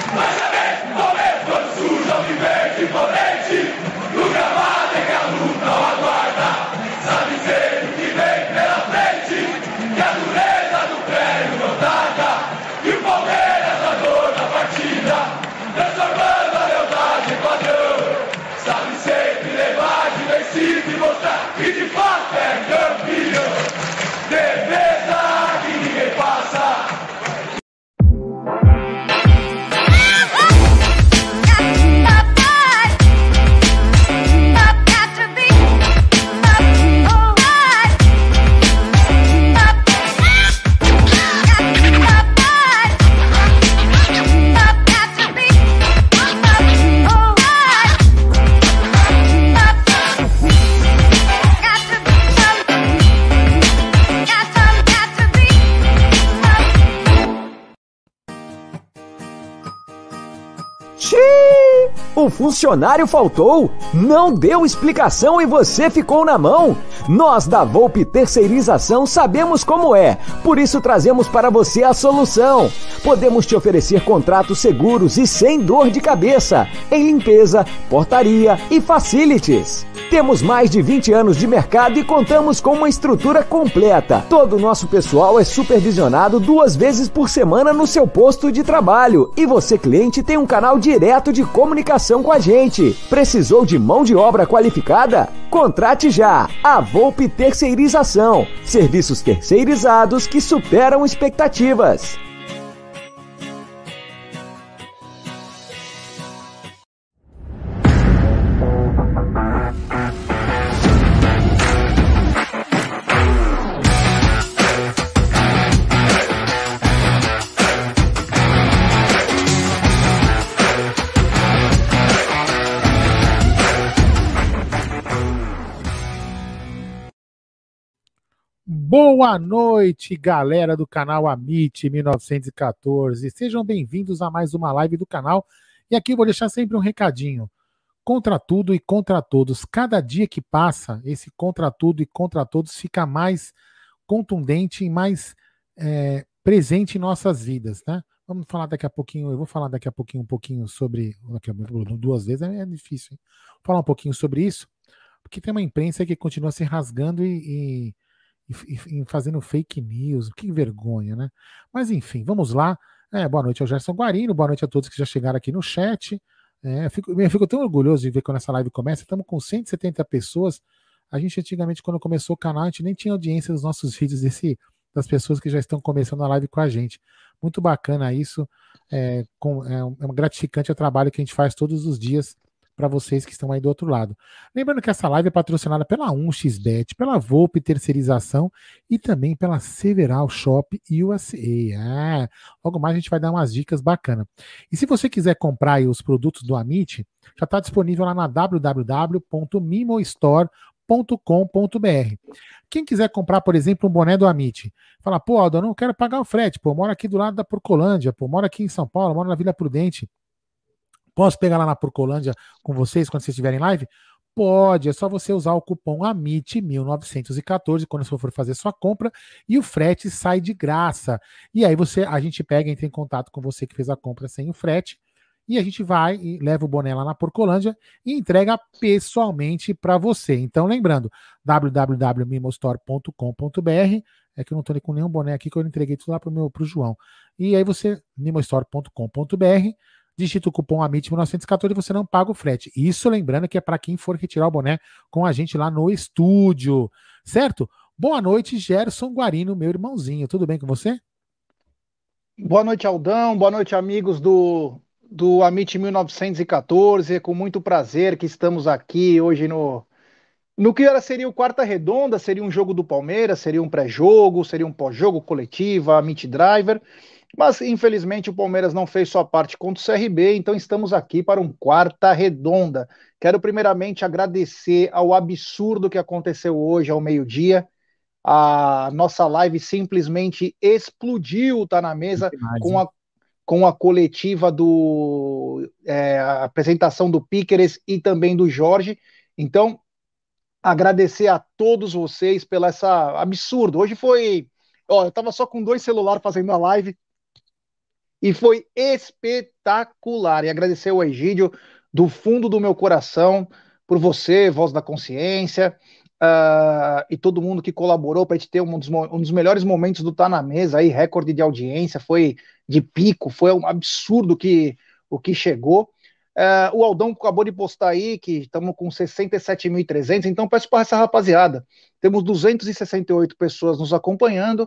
Quando surge o vivente imponente, no gramado é que a luta o aguarda. Sabe sempre o que vem pela frente, que a dureza do prêmio não tarda. E o Palmeiras a dor da partida, transformando a lealdade em padrão. Sabe sempre levar de vencido e mostrar que de fato é campeão. Defesa que ninguém passa. O funcionário faltou, não deu explicação e você ficou na mão? Nós da Volpe Terceirização sabemos como é, por isso trazemos para você a solução. Podemos te oferecer contratos seguros e sem dor de cabeça, em limpeza, portaria e facilities. Temos mais de 20 anos de mercado e contamos com uma estrutura completa. Todo o nosso pessoal é supervisionado 2 vezes por semana no seu posto de trabalho. E você, cliente, tem um canal direto de comunicação com a gente. Precisou de mão de obra qualificada? Contrate já! A Volpe Terceirização. Serviços terceirizados que superam expectativas. Boa noite, galera do canal Amit 1914. Sejam bem-vindos a mais uma live do canal. E aqui eu vou deixar sempre um recadinho. Contra tudo e contra todos. Cada dia que passa, esse contra tudo e contra todos fica mais contundente e mais presente em nossas vidas, né? Vamos falar daqui a pouquinho, eu vou falar daqui a pouquinho um pouquinho sobre... 2 vezes é difícil, hein? Vou falar um pouquinho sobre isso, porque tem uma imprensa que continua se rasgando e fazendo fake news, que vergonha, né? Mas enfim, vamos lá. Boa noite ao Gerson Guarino, boa noite a todos que já chegaram aqui no chat. Eu fico tão orgulhoso de ver quando essa live começa. Estamos com 170 pessoas. A gente antigamente, quando começou o canal, a gente nem tinha audiência dos nossos vídeos das pessoas que já estão começando a live com a gente. Muito bacana isso. É gratificante o trabalho que a gente faz todos os dias para vocês que estão aí do outro lado. Lembrando que essa live é patrocinada pela 1xBet, pela Volpe Terceirização e também pela Several Shop USA. Logo mais a gente vai dar umas dicas bacanas. E se você quiser comprar aí os produtos do Amit, já está disponível lá na www.mimostore.com.br. Quem quiser comprar, por exemplo, um boné do Amit, fala, pô, Aldo, eu não quero pagar o frete, pô, eu moro aqui do lado da Porcolândia, pô, moro aqui em São Paulo, moro na Vila Prudente. Posso pegar lá na Porcolândia com vocês quando vocês estiverem em live? Pode, é só você usar o cupom AMIT1914 quando você for fazer sua compra e o frete sai de graça. E aí a gente entra em contato com você que fez a compra sem o frete e a gente vai e leva o boné lá na Porcolândia e entrega pessoalmente para você. Então, lembrando, www.mimostore.com.br, é que eu não estou com nenhum boné aqui que eu entreguei tudo lá pro João. E aí você, mimostore.com.br, digita o cupom AMIT1914 e você não paga o frete. Isso lembrando que é para quem for retirar o boné com a gente lá no estúdio, certo? Boa noite, Gerson Guarino, meu irmãozinho. Tudo bem com você? Boa noite, Aldão. Boa noite, amigos do Amit 1914. É com muito prazer que estamos aqui hoje no que seria o Quarta Redonda, seria um jogo do Palmeiras, seria um pré-jogo, seria um pós-jogo coletiva, Amit Driver. Mas, infelizmente, o Palmeiras não fez sua parte contra o CRB, então estamos aqui para um Quarta Redonda. Quero primeiramente agradecer ao absurdo que aconteceu hoje ao meio-dia. A nossa live simplesmente explodiu, tá na mesa, com a coletiva a apresentação do Piqueres e também do Jorge. Então, agradecer a todos vocês pelo essa absurdo. Hoje foi... eu tava só com 2 celulares fazendo a live, e foi espetacular. E agradecer o Egídio do fundo do meu coração por você, Voz da Consciência, e todo mundo que colaborou para a gente ter um dos melhores momentos do Tá na Mesa, aí, recorde de audiência, foi de pico, foi um absurdo o que chegou. O Aldão acabou de postar aí que estamos com 67.300, então peço para essa rapaziada. Temos 268 pessoas nos acompanhando,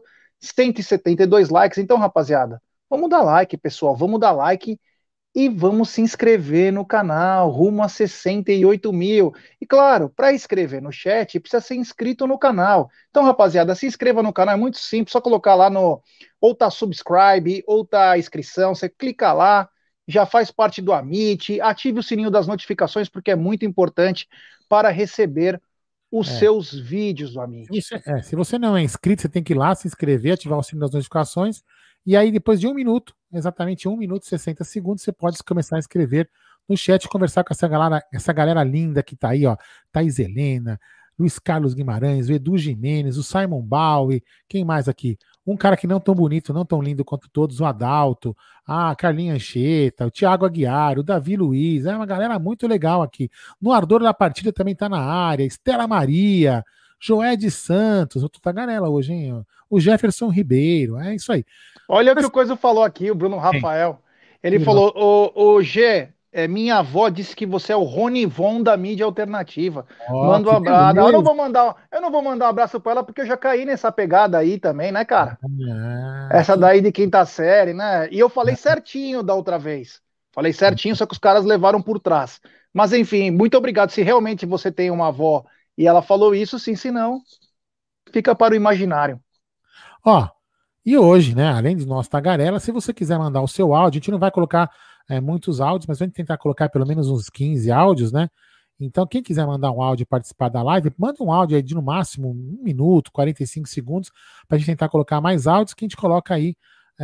172 likes. Então, rapaziada, vamos dar like, pessoal, vamos dar like e vamos se inscrever no canal, rumo a 68 mil. E claro, para inscrever no chat, precisa ser inscrito no canal. Então, rapaziada, se inscreva no canal, é muito simples, só colocar lá no, ou tá subscribe, ou tá inscrição, você clica lá, já faz parte do Amit, ative o sininho das notificações, porque é muito importante para receber os seus vídeos do Amit. Se você não é inscrito, você tem que ir lá se inscrever, ativar o sininho das notificações, e aí depois de 1 minuto, exatamente 1 minuto e 60 segundos, você pode começar a escrever no chat, conversar com essa galera linda que tá aí, ó, Thaís Helena, Luiz Carlos Guimarães, o Edu Jimenez, o Simon Bowie, quem mais aqui? Um cara que não tão bonito, não tão lindo quanto todos, o Adalto, a Carlinha Ancheta, o Thiago Aguiar, o Davi Luiz, é uma galera muito legal aqui. No Ardor da Partida também tá na área, Estela Maria, Joé de Santos, eu tô tagarela hoje, hein? O Jefferson Ribeiro, é isso aí. Olha o que o Coisa falou aqui, o Bruno Rafael. Ele falou, ô G, minha avó disse que você é o Rony Von da mídia alternativa. Manda um abraço. Eu não vou mandar um abraço pra ela porque eu já caí nessa pegada aí também, né, cara? Essa daí de quinta série, né? E eu falei certinho da outra vez. Falei certinho, só que os caras levaram por trás. Mas enfim, muito obrigado. Se realmente você tem uma avó e ela falou isso, sim, se não, fica para o imaginário. Ó, e hoje, né, além de nós tagarela, se você quiser mandar o seu áudio, a gente não vai colocar muitos áudios, mas vamos tentar colocar pelo menos uns 15 áudios, né? Então, quem quiser mandar um áudio e participar da live, manda um áudio aí de no máximo 1 minuto, 45 segundos, para a gente tentar colocar mais áudios que a gente coloca aí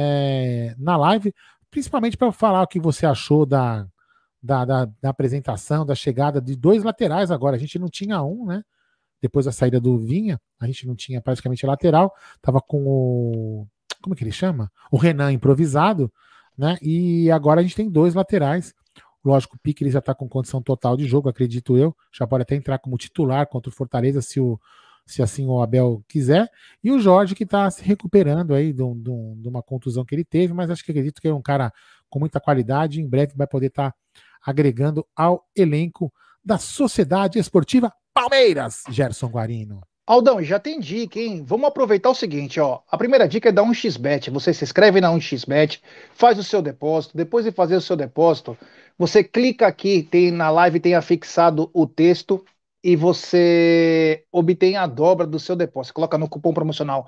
na live, principalmente para falar o que você achou da apresentação, da chegada de 2 laterais agora. A gente não tinha um, né? Depois da saída do Vinha, a gente não tinha praticamente lateral, tava com o. Como é que ele chama? O Renan improvisado, né? E agora a gente tem 2 laterais. Lógico, o Pique ele já tá com condição total de jogo, acredito eu. Já pode até entrar como titular contra o Fortaleza, se assim o Abel quiser. E o Jorge, que tá se recuperando aí de uma contusão que ele teve, mas acho que acredito que é um cara com muita qualidade. Em breve vai poder estar agregando ao elenco da Sociedade Esportiva Palmeiras, Gerson Guarino. Aldão, já tem dica, hein? Vamos aproveitar o seguinte, ó. A primeira dica é dar um xbet. Você se inscreve na 1xBet, faz o seu depósito. Depois de fazer o seu depósito, você clica aqui, tem na live tem afixado o texto e você obtém a dobra do seu depósito. Coloca no cupom promocional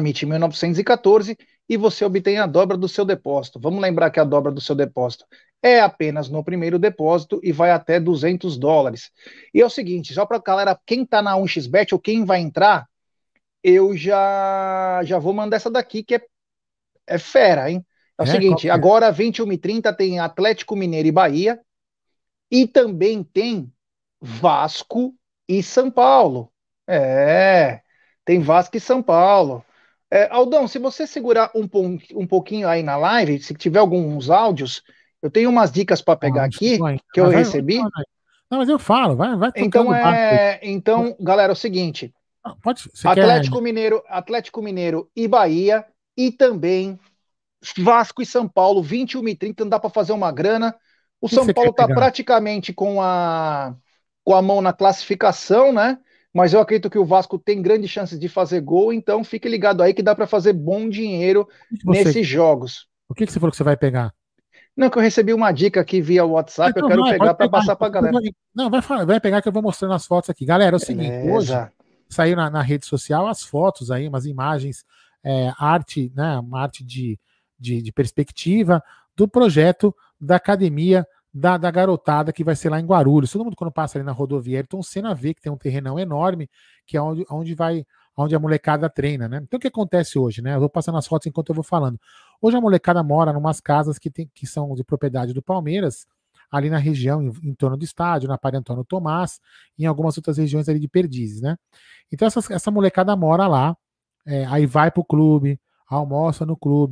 AMIT1914 e você obtém a dobra do seu depósito. Vamos lembrar que a dobra do seu depósito é apenas no primeiro depósito e vai até $200. E é o seguinte, só para galera, quem tá na 1xBet ou quem vai entrar, eu já vou mandar essa daqui que é fera, hein? É o seguinte, agora 21h30 tem Atlético Mineiro e Bahia e também tem Vasco e São Paulo. Tem Vasco e São Paulo. Aldão, se você segurar um pouquinho aí na live, se tiver alguns áudios, eu tenho umas dicas para pegar aqui que eu recebi. Não, mas eu falo, vai tocando. Então, galera, é o seguinte: Atlético Mineiro e Bahia, e também Vasco e São Paulo, 21h30, não dá para fazer uma grana. O São Paulo está praticamente com a mão na classificação, né? Mas eu acredito que o Vasco tem grandes chances de fazer gol, então fique ligado aí que dá para fazer bom dinheiro nesses jogos. O que você falou que você vai pegar? Não, que eu recebi uma dica aqui via WhatsApp, então, eu quero pegar para passar para a galera. Não, vai pegar que eu vou mostrando as fotos aqui. Galera, é o seguinte, hoje saiu na rede social as fotos aí, umas imagens, arte, né, uma arte de perspectiva do projeto da academia da garotada que vai ser lá em Guarulhos. Todo mundo quando passa ali na rodovia Ayrton Senna vê que tem um terrenão enorme, que é onde a molecada treina, né? Então o que acontece hoje, né? Eu vou passando as fotos enquanto eu vou falando. Hoje a molecada mora em umas casas que são de propriedade do Palmeiras, ali na região, em torno do estádio, na Padre Antônio Tomás, e em algumas outras regiões ali de Perdizes, né? Então essa molecada mora lá, aí vai pro clube, almoça no clube,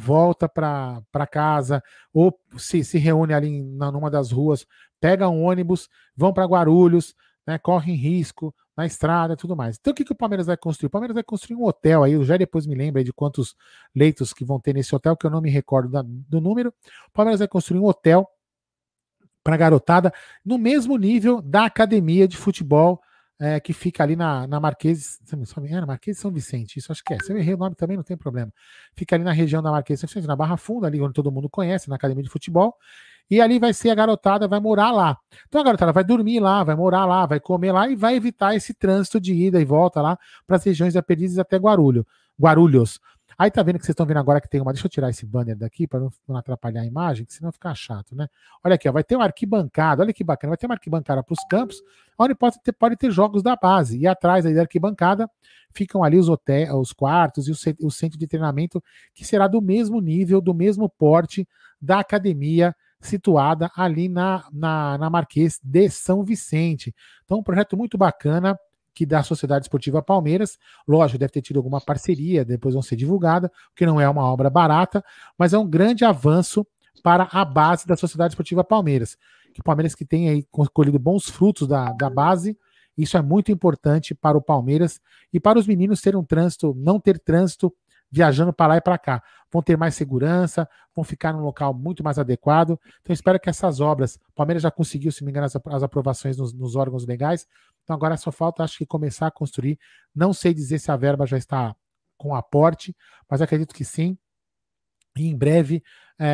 volta para casa, ou se reúne ali numa das ruas, pega um ônibus, vão para Guarulhos, né, correm risco na estrada e tudo mais. Então o que o Palmeiras vai construir? O Palmeiras vai construir um hotel aí, eu já depois me lembro aí de quantos leitos que vão ter nesse hotel, que eu não me recordo do número. O Palmeiras vai construir um hotel para garotada no mesmo nível da academia de futebol que fica ali na Marquês, na Marquês de São Vicente, isso acho que é. Se eu errei o nome também, não tem problema. Fica ali na região da Marquês de São Vicente, na Barra Funda, ali onde todo mundo conhece, na academia de futebol. E ali vai ser a garotada, vai morar lá. Então a garotada vai dormir lá, vai morar lá, vai comer lá e vai evitar esse trânsito de ida e volta lá para as regiões da Perdizes até Guarulhos. Aí tá vendo que vocês estão vendo agora que tem uma. Deixa eu tirar esse banner daqui para não atrapalhar a imagem, que senão fica chato, né? Olha aqui, ó, vai ter uma arquibancada, olha que bacana, vai ter uma arquibancada para os campos, onde pode ter jogos da base. E atrás aí da arquibancada ficam ali os hotéis, os quartos e o centro de treinamento, que será do mesmo nível, do mesmo porte da academia situada ali na Marquês de São Vicente. Então, um projeto muito bacana que da Sociedade Esportiva Palmeiras, lógico, deve ter tido alguma parceria, depois vão ser divulgada, porque não é uma obra barata, mas é um grande avanço para a base da Sociedade Esportiva Palmeiras. Que o Palmeiras que tem aí colhido bons frutos da base, isso é muito importante para o Palmeiras e para os meninos terem não ter trânsito viajando para lá e para cá. Vão ter mais segurança, vão ficar num local muito mais adequado. Então, espero que essas obras, o Palmeiras já conseguiu, se não me engano, as aprovações nos órgãos legais. Então, agora só falta, acho que, começar a construir. Não sei dizer se a verba já está com aporte, mas acredito que sim. E em breve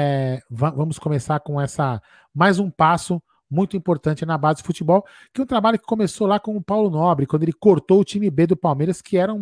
vamos começar com mais um passo muito importante na base de futebol, que é um trabalho que começou lá com o Paulo Nobre, quando ele cortou o time B do Palmeiras, que era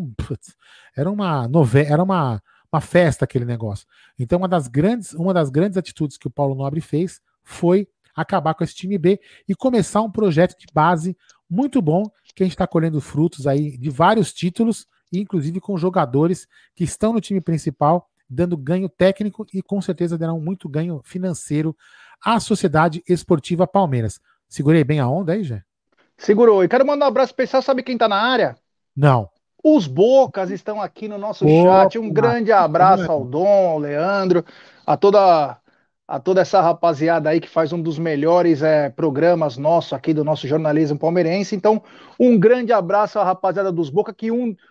uma novela, era uma festa aquele negócio. Então, uma das grandes atitudes que o Paulo Nobre fez foi acabar com esse time B e começar um projeto de base muito bom, que a gente está colhendo frutos aí de vários títulos, inclusive com jogadores que estão no time principal, dando ganho técnico e com certeza darão muito ganho financeiro à Sociedade Esportiva Palmeiras. Segurei bem a onda aí, Jé? Segurou. E quero mandar um abraço especial, sabe quem tá na área? Não. Os Bocas estão aqui no nosso chat. Um grande abraço ao Dom, ao Leandro, a toda essa rapaziada aí que faz um dos melhores programas nossos aqui do nosso jornalismo palmeirense. Então, um grande abraço à rapaziada dos Boca, que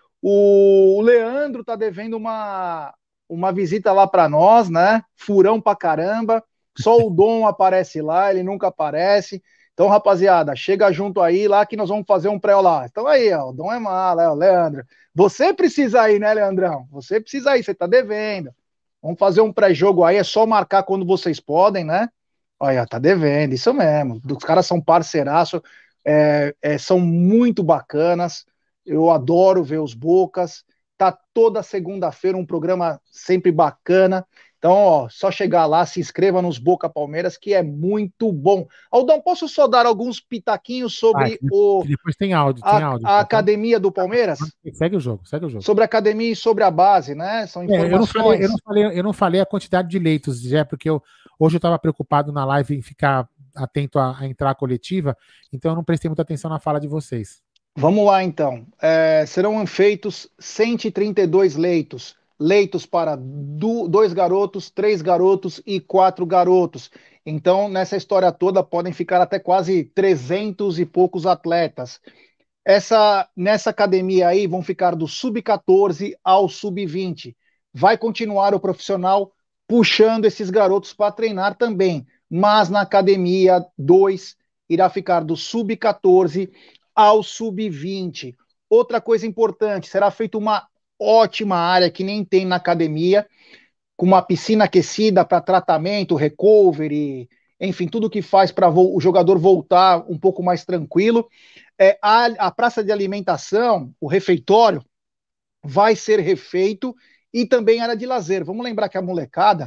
o Leandro tá devendo uma visita lá para nós, né? Furão pra caramba. Só o Dom aparece lá, ele nunca aparece. Então, rapaziada, chega junto aí lá que nós vamos fazer um pré lá. Então aí, ó, o Dom é mala, o Leandro. Você precisa ir, né, Leandrão? Você precisa ir, você tá devendo. Vamos fazer um pré-jogo aí, é só marcar quando vocês podem, né? Olha, tá devendo, isso mesmo. Os caras são parceiraço, são muito bacanas. Eu adoro ver os Bocas. Tá toda segunda-feira um programa sempre bacana. Então, ó, só chegar lá, se inscreva nos Boca Palmeiras, que é muito bom. Aldão, posso só dar alguns pitaquinhos sobre depois tem áudio, a academia do Palmeiras? Segue o jogo. Sobre a academia e sobre a base, né? São informações. Eu não falei a quantidade de leitos, porque hoje eu estava preocupado na live em ficar atento a entrar a coletiva, então eu não prestei muita atenção na fala de vocês. Vamos lá, então. Serão feitos 132 leitos. Leitos para 2 garotos, 3 garotos e 4 garotos. Então, nessa história toda, podem ficar até quase 300 e poucos atletas. Nessa academia aí, vão ficar do sub-14 ao sub-20. Vai continuar o profissional puxando esses garotos para treinar também. Mas na academia 2, irá ficar do sub-14 ao sub-20. Outra coisa importante, será feita uma ótima área que nem tem na academia, com uma piscina aquecida para tratamento, recovery, enfim, tudo que faz para o jogador voltar um pouco mais tranquilo. A praça de alimentação, o refeitório, vai ser refeito e também área de lazer. Vamos lembrar que a molecada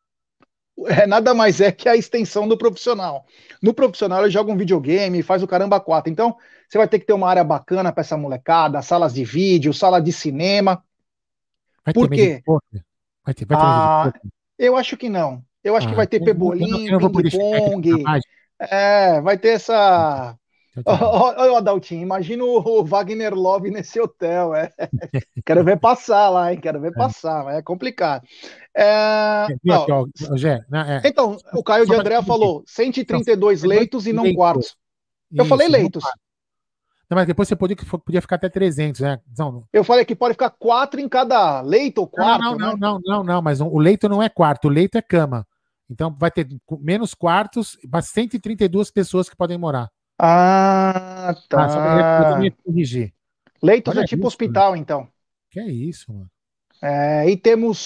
nada mais é que a extensão do profissional. No profissional ele joga um videogame, faz o caramba 4. Então, você vai ter que ter uma área bacana para essa molecada, salas de vídeo, sala de cinema. Por quê? Vai ter eu acho que não. Eu acho que vai ter pebolim, ping-pong. Vai ter Olha o Adaltinho, imagina o Wagner Love nesse hotel. Quero ver passar lá, hein? Quero ver passar, é complicado. Viu aqui, ó, Gé, Então, o Caio de André falou 132 leitos e não quartos. Eu falei leitos. Não, mas depois você podia ficar até 300, né? Não. Eu falei que pode ficar 4 em cada leito ou quarto, não, né? Não, mas o leito não é quarto, o leito é cama. Então vai ter menos quartos, mas 132 pessoas que podem morar. Ah, tá. Só pra eu me corrigir. Leitos é tipo isso, hospital, então. Que é isso, mano. E temos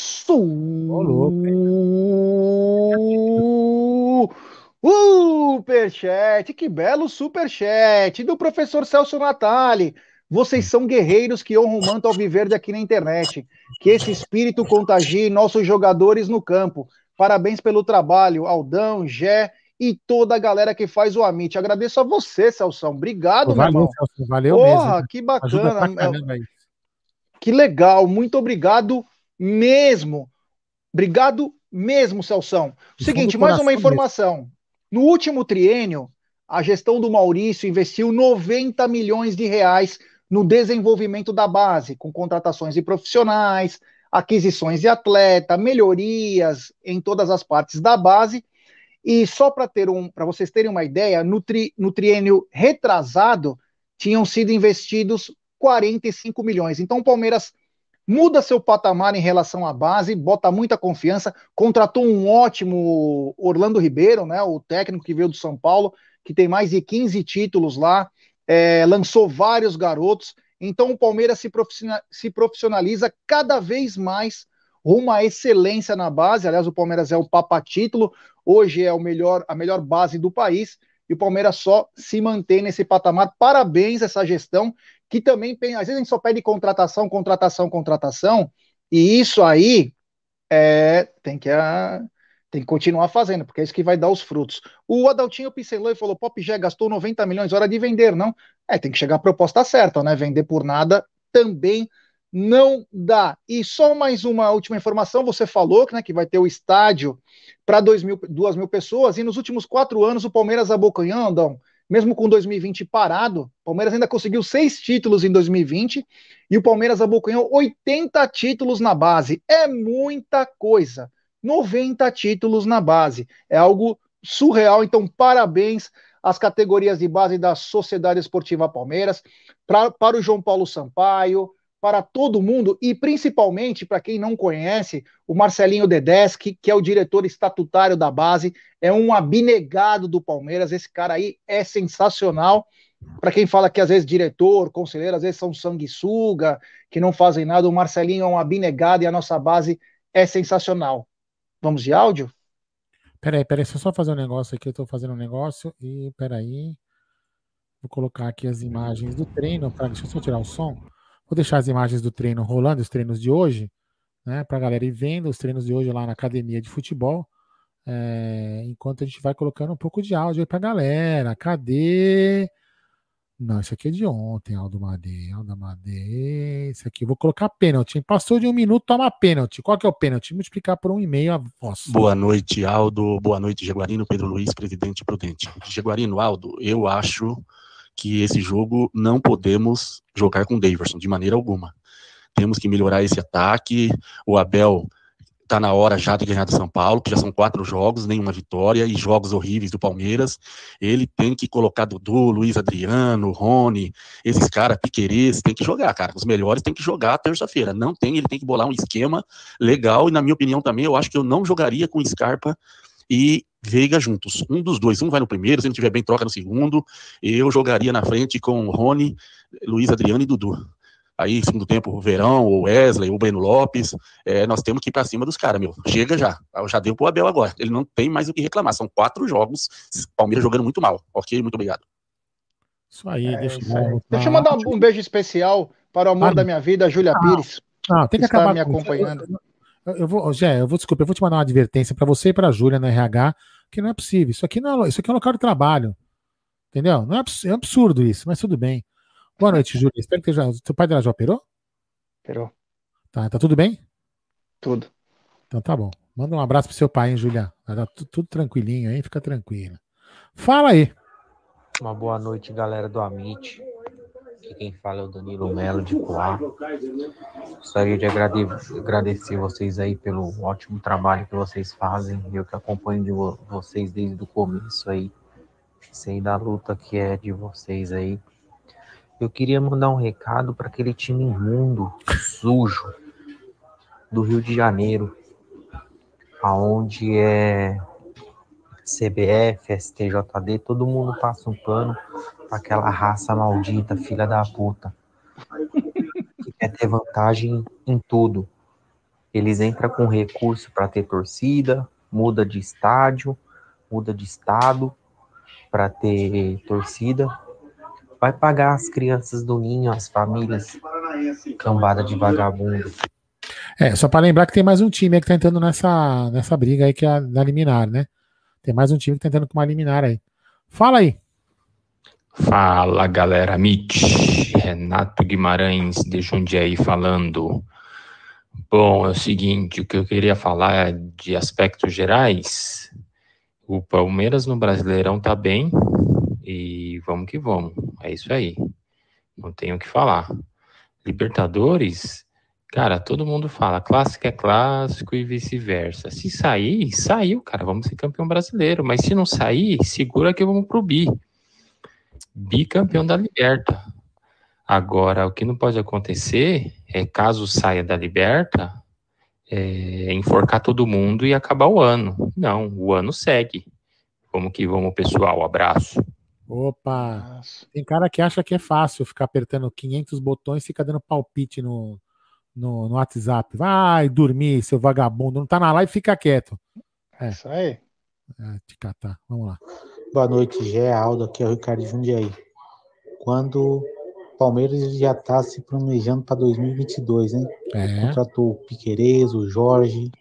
superchat, que belo superchat do professor Celso Natali. Vocês são guerreiros que honram o manto ao viver aqui na internet. Que esse espírito contagie nossos jogadores no campo. Parabéns pelo trabalho, Aldão, Gé e toda a galera que faz o Amit. Agradeço a você, Celso. Obrigado, meu irmão. Celso, valeu mesmo. Que bacana. Que legal, muito obrigado mesmo. Obrigado mesmo, Celção. Seguinte, mais uma informação. Mesmo. No último triênio, a gestão do Maurício investiu 90 milhões de reais no desenvolvimento da base, com contratações de profissionais, aquisições de atleta, melhorias em todas as partes da base. E só para vocês terem uma ideia, no triênio retrasado, tinham sido investidos 45 milhões. Então o Palmeiras muda seu patamar em relação à base, bota muita confiança, contratou um ótimo Orlando Ribeiro, né, o técnico que veio do São Paulo, que tem mais de 15 títulos lá, lançou vários garotos, então o Palmeiras se profissionaliza cada vez mais rumo à excelência na base. Aliás, o Palmeiras é o papa-título, hoje é a melhor base do país, e o Palmeiras só se mantém nesse patamar. Parabéns a essa gestão, que também, às vezes a gente só pede contratação, e isso aí tem que continuar fazendo, porque é isso que vai dar os frutos. O Adaltinho pincelou e falou, Pop já gastou 90 milhões, hora de vender, não? Tem que chegar a proposta certa, né? Vender por nada também não dá. E só mais uma última informação, você falou que vai ter o estádio para 2.000 pessoas, e nos últimos 4 anos o Palmeiras abocanhando, mesmo com 2020 parado, o Palmeiras ainda conseguiu 6 títulos em 2020, e o Palmeiras abocanhou 80 títulos na base. É muita coisa. 90 títulos na base. É algo surreal, então parabéns às categorias de base da Sociedade Esportiva Palmeiras, para o João Paulo Sampaio, para todo mundo, e principalmente para quem não conhece, o Marcelinho Dedeschi, que é o diretor estatutário da base, é um abnegado do Palmeiras. Esse cara aí é sensacional. Para quem fala que às vezes diretor, conselheiro, às vezes são sanguessuga, que não fazem nada, o Marcelinho é um abnegado e a nossa base é sensacional. Vamos de áudio? Peraí, deixa eu só fazer um negócio aqui, eu tô fazendo um negócio e peraí. Vou colocar aqui as imagens do treino, deixa eu só tirar o som. Vou deixar as imagens do treino rolando, os treinos de hoje, né, pra galera ir vendo os treinos de hoje lá na academia de futebol, enquanto a gente vai colocando um pouco de áudio aí pra galera. Cadê? Não, isso aqui é de ontem, Aldo Madê. Isso aqui, eu vou colocar pênalti. Passou de 1 minuto, toma pênalti. Qual que é o pênalti? Multiplicar por 1,5. Nossa. Boa noite, Aldo. Boa noite, Jaguarino. Pedro Luiz, presidente prudente. Jaguarino, Aldo, eu acho que esse jogo não podemos jogar com o Daverson, de maneira alguma. Temos que melhorar esse ataque. O Abel tá na hora já de ganhar do São Paulo, que já são 4 jogos, nenhuma vitória, e jogos horríveis do Palmeiras. Ele tem que colocar Dudu, Luiz Adriano, Rony, esses caras, Piquerez, tem que jogar, cara. Os melhores tem que jogar terça-feira. Não tem, ele tem que bolar um esquema legal, e na minha opinião também, eu acho que eu não jogaria com Scarpa e Veiga juntos. Um dos dois, um vai no primeiro, se não tiver bem, troca no segundo. Eu jogaria na frente com Rony, Luiz Adriano e Dudu. Aí, segundo tempo, o Verão, o Wesley, o Breno Lopes, nós temos que ir pra cima dos caras, meu. Chega já. Já deu pro Abel agora. Ele não tem mais o que reclamar. São 4 jogos, Palmeiras jogando muito mal. Ok? Muito obrigado. Isso aí, deixa eu mandar um beijo especial para o amor da minha vida, Júlia Pires. Não, tem que acabar me acompanhando. Eu vou te mandar uma advertência para você e para a Júlia na RH, que não é possível. Isso aqui é um local de trabalho. Entendeu? Não é absurdo isso, mas tudo bem. Boa noite, Júlia. Espero que seu pai dela já operou? Operou. Tá tudo bem? Tudo. Então tá bom. Manda um abraço pro seu pai, hein, Júlia? Tá tudo tranquilinho aí, fica tranquila. Fala aí. Uma boa noite, galera do Amit. Aqui quem fala é o Danilo Melo de Poá. Gostaria de agradecer vocês aí pelo ótimo trabalho que vocês fazem. Eu que acompanho de vocês desde o começo aí. Sei da luta que é de vocês aí. Eu queria mandar um recado para aquele time imundo, sujo, do Rio de Janeiro, aonde é CBF, STJD, todo mundo passa um pano para aquela raça maldita, filha da puta, que quer ter vantagem em tudo. Eles entram com recurso para ter torcida, muda de estádio, muda de estado para ter torcida. Vai pagar as crianças do ninho, as famílias, cambada de vagabundo. Só para lembrar que tem mais um time aí que tá entrando nessa briga aí, que é a da liminar, né? Tem mais um time que tá entrando com uma liminar aí. Fala aí. Fala, galera. Amit, Renato Guimarães de Jundiaí falando. Bom, é o seguinte, o que eu queria falar é de aspectos gerais. O Palmeiras no Brasileirão tá bem e vamos que vamos. É isso aí. Não tenho o que falar. Libertadores, cara, todo mundo fala, clássico é clássico e vice-versa. Se sair, saiu, cara, vamos ser campeão brasileiro. Mas se não sair, segura que vamos pro bi. Bicampeão da Liberta. Agora, o que não pode acontecer é, caso saia da Liberta, enforcar todo mundo e acabar o ano. Não, o ano segue. Vamos que vamos, pessoal. Abraço. Opa! Nossa. Tem cara que acha que é fácil ficar apertando 500 botões e fica dando palpite no WhatsApp. Vai dormir, seu vagabundo. Não tá na live, fica quieto. Isso aí. Te catar. Vamos lá. Boa noite, Gé, Aldo, aqui é o Ricardo Jundiaí. Quando o Palmeiras já está se planejando para 2022, hein? Contratou o Piquerez, o Jorge,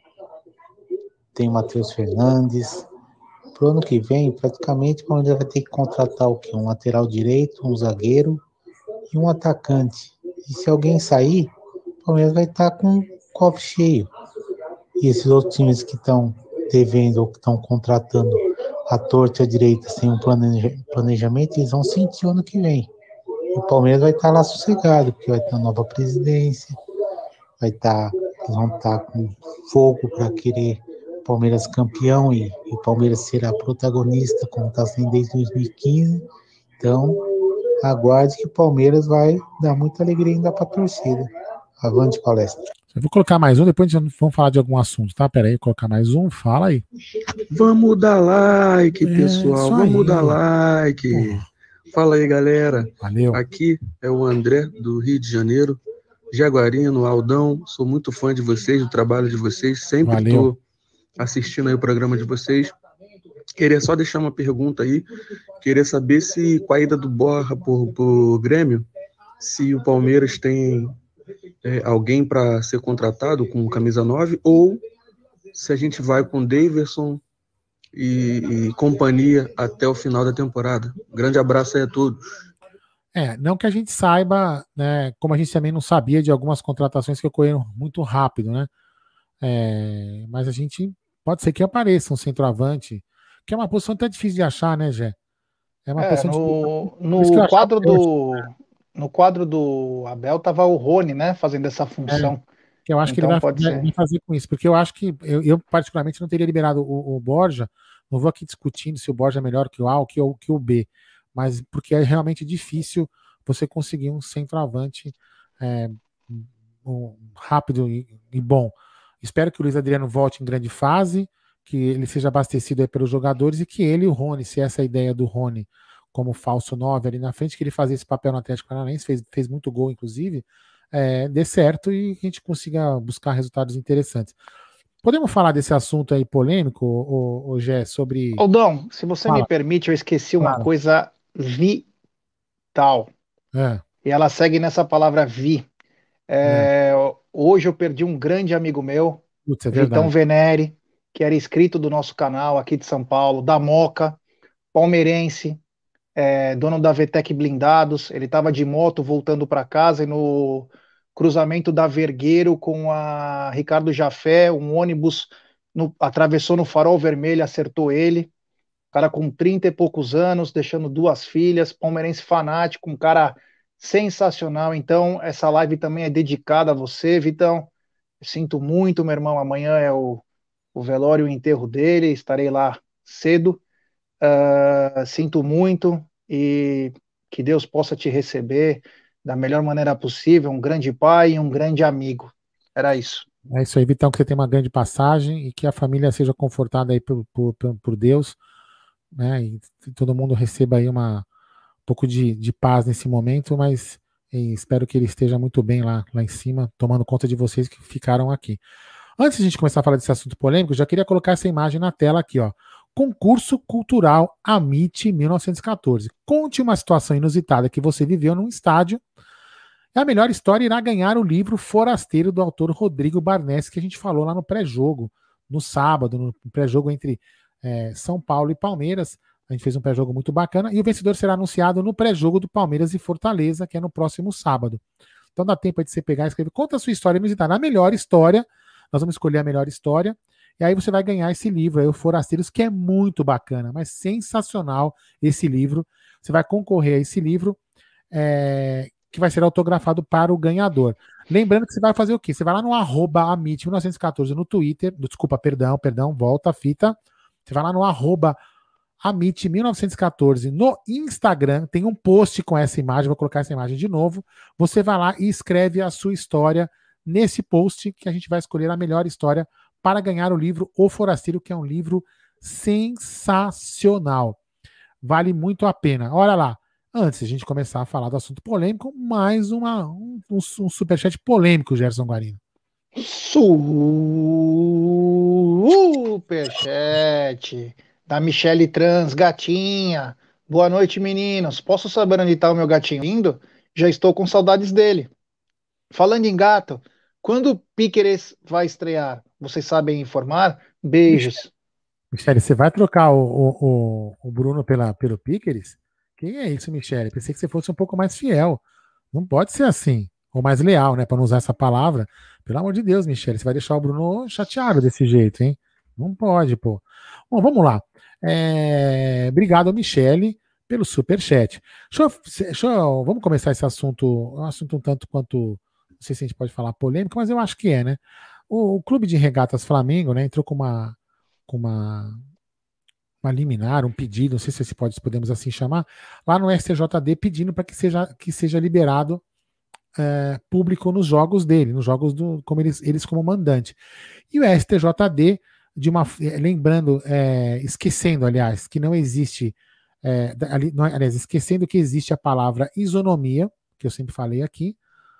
tem o Matheus Fernandes. Pro ano que vem, praticamente, o Palmeiras vai ter que contratar o quê? Um lateral direito, um zagueiro e um atacante. E se alguém sair, o Palmeiras vai estar com o cofre cheio. E esses outros times que estão devendo ou que estão contratando a torta e a direita sem um planejamento, eles vão sentir o ano que vem. E o Palmeiras vai estar lá sossegado, porque vai ter uma nova presidência, eles vão estar com fogo para querer o Palmeiras campeão e o Palmeiras será protagonista, como está sendo desde 2015. Então, aguarde que o Palmeiras vai dar muita alegria ainda para a torcida. Avante, palestra. Eu vou colocar mais um, depois vamos falar de algum assunto, tá? Pera aí, vou colocar mais um, fala aí. Vamos dar like, pessoal, vamos dar like. Porra. Fala aí, galera. Valeu. Aqui é o André, do Rio de Janeiro, Jaguarino, Aldão, sou muito fã de vocês, do trabalho de vocês, sempre estou assistindo aí o programa de vocês. Queria só deixar uma pergunta aí, queria saber se com a ida do Borja por Grêmio, se o Palmeiras tem alguém para ser contratado com camisa 9, ou se a gente vai com Daverson e companhia até o final da temporada. Grande abraço aí a todos. Não que a gente saiba, né, como a gente também não sabia de algumas contratações que ocorreram muito rápido, né? Mas a gente pode ser que apareça um centroavante, que é uma posição até difícil de achar, né, Gé? É uma posição No quadro do Abel tava o Rony, né, fazendo essa função. Que eu acho que ele vai fazer com isso, porque eu acho que eu particularmente não teria liberado o Borja. Não vou aqui discutindo se o Borja é melhor que o A ou que o B, mas porque é realmente difícil você conseguir um centroavante rápido e bom. Espero que o Luiz Adriano volte em grande fase, que ele seja abastecido aí pelos jogadores e que ele e o Rony, se essa ideia do Rony como falso 9 ali na frente, que ele fazia esse papel no Atlético Paranaense, fez muito gol, inclusive, dê certo e que a gente consiga buscar resultados interessantes. Podemos falar desse assunto aí polêmico, Gé, sobre... Aldão, se você me permite, eu esqueci uma coisa vital. E ela segue nessa palavra Hoje eu perdi um grande amigo meu, Vitão Venere, que era inscrito do nosso canal aqui de São Paulo, da Moca, palmeirense, dono da VTEC Blindados. Ele estava de moto voltando para casa e no cruzamento da Vergueiro com a Ricardo Jafé, um ônibus atravessou no farol vermelho, acertou ele. cara com 30 e poucos anos, deixando 2 filhas, palmeirense fanático, um cara sensacional. Então, essa live também é dedicada a você, Vitão. Eu sinto muito, meu irmão. Amanhã é o velório e o enterro dele, estarei lá cedo. Sinto muito e que Deus possa te receber da melhor maneira possível, um grande pai e um grande amigo. Era isso. É isso aí, Vitão, que você tenha uma grande passagem e que a família seja confortada aí por Deus, né? E todo mundo receba aí um pouco de paz nesse momento, mas espero que ele esteja muito bem lá em cima, tomando conta de vocês que ficaram aqui. Antes de a gente começar a falar desse assunto polêmico, já queria colocar essa imagem na tela aqui, ó. Concurso Cultural Amit 1914. Conte uma situação inusitada que você viveu num estádio. A melhor história irá ganhar o livro Forasteiro, do autor Rodrigo Barnes, que a gente falou lá no pré-jogo, no sábado, no pré-jogo entre São Paulo e Palmeiras. A gente fez um pré-jogo muito bacana, e o vencedor será anunciado no pré-jogo do Palmeiras e Fortaleza, que é no próximo sábado. Então dá tempo de você pegar e escrever. Conta a sua história inusitada. A melhor história, nós vamos escolher a melhor história, e aí você vai ganhar esse livro aí, o Forasteiros, que é muito bacana, mas sensacional esse livro. Você vai concorrer a esse livro, que vai ser autografado para o ganhador. Lembrando que você vai fazer o quê? Você vai lá no @amit1914 no Twitter, desculpa, perdão, volta a fita. Você vai lá no @amit1914 no Instagram, tem um post com essa imagem, vou colocar essa imagem de novo. Você vai lá e escreve a sua história nesse post, que a gente vai escolher a melhor história para ganhar o livro O Forasteiro, que é um livro sensacional. Vale muito a pena. Olha lá. Antes de a gente começar a falar do assunto polêmico, mais um superchat polêmico, Gerson Guarino. Superchat da Michele Trans, gatinha. Boa noite, meninos. Posso saber onde está o meu gatinho indo? Já estou com saudades dele. Falando em gato, quando o Piqueires vai estrear? Vocês sabem informar? Beijos. Michele, você vai trocar o Bruno pelo Piqueires? Quem é isso, Michele? Pensei que você fosse um pouco mais fiel. Não pode ser assim. Ou mais leal, né? Para não usar essa palavra. Pelo amor de Deus, Michele, você vai deixar o Bruno chateado desse jeito, hein? Não pode, pô. Bom, vamos lá. Obrigado, Michele, pelo superchat. Vamos começar esse assunto. Um assunto um tanto quanto, não sei se a gente pode falar polêmico, mas eu acho que né? O Clube de Regatas Flamengo, né, entrou com uma liminar, um pedido, não sei se podemos assim chamar, lá no STJD, pedindo para que seja liberado público nos jogos dele, nos jogos como eles como mandante. E o STJD, esquecendo, aliás, que não existe, esquecendo que existe a palavra isonomia, que eu sempre falei aqui,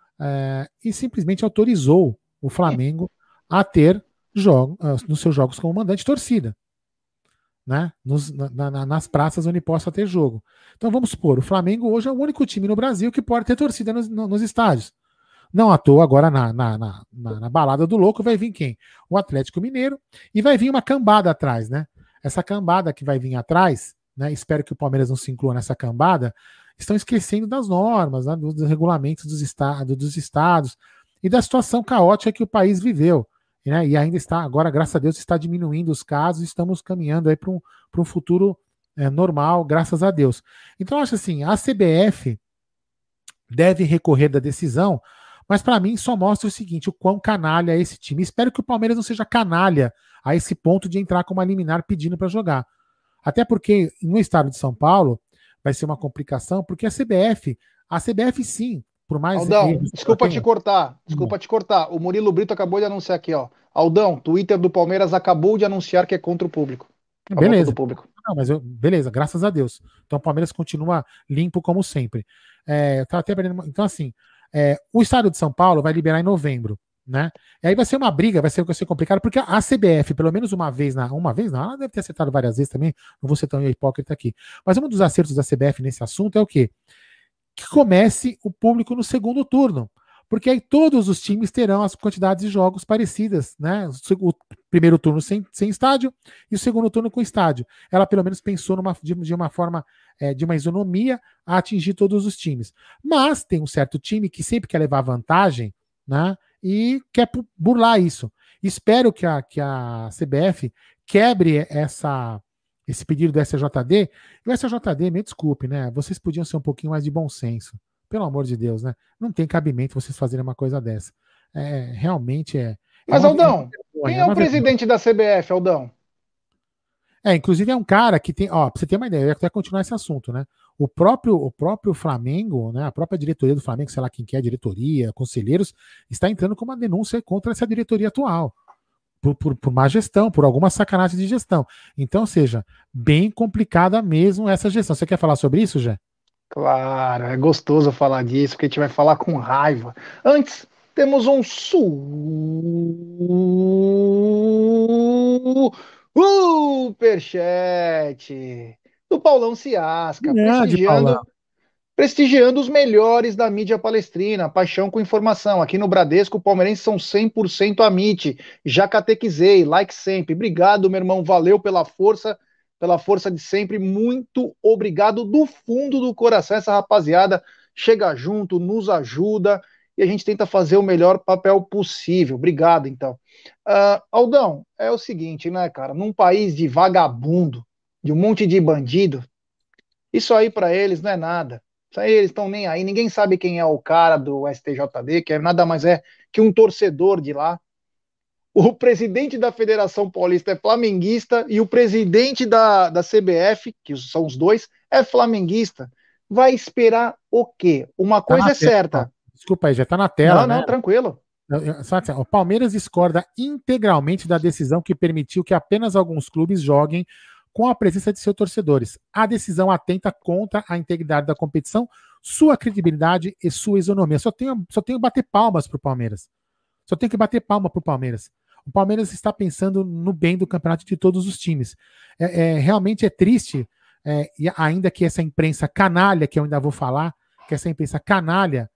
e simplesmente autorizou o Flamengo a ter nos seus jogos como mandante torcida. Né? Nas praças onde possa ter jogo. Então vamos supor, o Flamengo hoje é o único time no Brasil que pode ter torcida nos estádios. Não à toa, agora na balada do louco vai vir quem? O Atlético Mineiro, e vai vir uma cambada atrás, né? Essa cambada que vai vir atrás, né? Espero que o Palmeiras não se inclua nessa cambada, estão esquecendo das normas, né? dos regulamentos dos estados e da situação caótica que o país viveu. Né? E ainda está, agora, graças a Deus, está diminuindo os casos, estamos caminhando aí para um futuro normal, graças a Deus. Então, eu acho assim, a CBF deve recorrer da decisão, mas para mim só mostra o seguinte, o quão canalha é esse time. Espero que o Palmeiras não seja canalha a esse ponto de entrar com uma liminar pedindo para jogar. Até porque no estado de São Paulo vai ser uma complicação, porque a CBF sim, por mais... Aldão, desculpa te cortar. O Murilo Brito acabou de anunciar aqui, ó. Aldão, Twitter do Palmeiras acabou de anunciar que é contra o público. Beleza. Não, mas beleza, graças a Deus. Então o Palmeiras continua limpo como sempre. Então, assim, o estado de São Paulo vai liberar em novembro, né? E aí vai ser uma briga, vai ser complicado, porque a CBF, pelo menos uma vez, ela deve ter acertado várias vezes também, não vou ser tão hipócrita aqui. Mas um dos acertos da CBF nesse assunto é o quê? Que comece o público no segundo turno, porque aí todos os times terão as quantidades de jogos parecidas, né? O primeiro turno sem estádio e o segundo turno com estádio. Ela pelo menos pensou de uma forma, de uma isonomia a atingir todos os times. Mas tem um certo time que sempre quer levar vantagem, né? E quer burlar isso. Espero que a CBF quebre esse pedido do SJD. E o SJD, me desculpe, né? Vocês podiam ser um pouquinho mais de bom senso. Pelo amor de Deus, né? Não tem cabimento vocês fazerem uma coisa dessa. Realmente é. Mas, Aldão, quem é o presidente da CBF, Aldão? Inclusive é um cara que tem. Ó, pra você ter uma ideia, eu ia até continuar esse assunto, né? O próprio Flamengo, né? A própria diretoria do Flamengo, sei lá quem que é, diretoria, conselheiros, está entrando com uma denúncia contra essa diretoria atual. Por má gestão, por alguma sacanagem de gestão. Então, ou seja, bem complicada mesmo essa gestão. Você quer falar sobre isso, Jé? Claro, é gostoso falar disso, porque a gente vai falar com raiva. Antes, temos um superchat do Paulão Ciasca, prestigiando os melhores da mídia palestrina, paixão com informação. Aqui no Bradesco, o palmeirense são 100% Amit. Já catequizei, like sempre. Obrigado, meu irmão, valeu pela força de sempre. Muito obrigado do fundo do coração. Essa rapaziada chega junto, nos ajuda e a gente tenta fazer o melhor papel possível. Obrigado, então. Aldão, é o seguinte, né, cara? Num país de vagabundo, de um monte de bandido, isso aí pra eles não é nada. Isso aí eles estão nem aí. Ninguém sabe quem é o cara do STJD, que nada mais é que um torcedor de lá. O presidente da Federação Paulista é flamenguista e o presidente da CBF, que são os dois, é flamenguista. Vai esperar o quê? Uma coisa é certa. Desculpa aí, já tá na tela. Não, tranquilo. O Palmeiras discorda integralmente da decisão que permitiu que apenas alguns clubes joguem com a presença de seus torcedores. A decisão atenta contra a integridade da competição, sua credibilidade e sua isonomia. Só tenho bater palmas pro Palmeiras. Só tenho que bater palma pro Palmeiras. O Palmeiras está pensando no bem do campeonato de todos os times. Realmente é triste, e ainda que essa imprensa canalha, que eu ainda vou falar, que essa imprensa canalha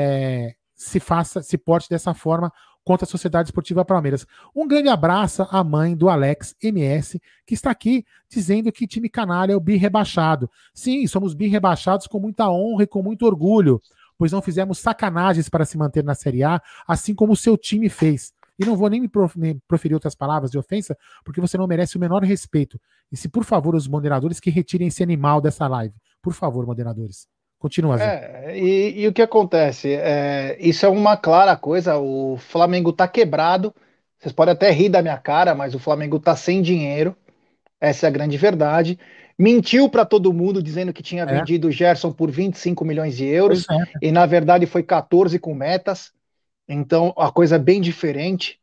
se porte dessa forma contra a Sociedade Esportiva Palmeiras. Um grande abraço à mãe do Alex MS, que está aqui dizendo que time canalha é o bi-rebaixado. Sim, somos bi-rebaixados com muita honra e com muito orgulho, pois não fizemos sacanagens para se manter na Série A, assim como o seu time fez. E não vou nem me proferir outras palavras de ofensa, porque você não merece o menor respeito. E se, por favor, os moderadores que retirem esse animal dessa live. Por favor, moderadores. Continua, Zé. E o que acontece? Isso é uma clara coisa. O Flamengo tá quebrado. Vocês podem até rir da minha cara, mas o Flamengo tá sem dinheiro. Essa é a grande verdade. Mentiu para todo mundo dizendo que tinha vendido o Gerson por 25 milhões de euros. E na verdade foi 14 com metas. Então a coisa é bem diferente.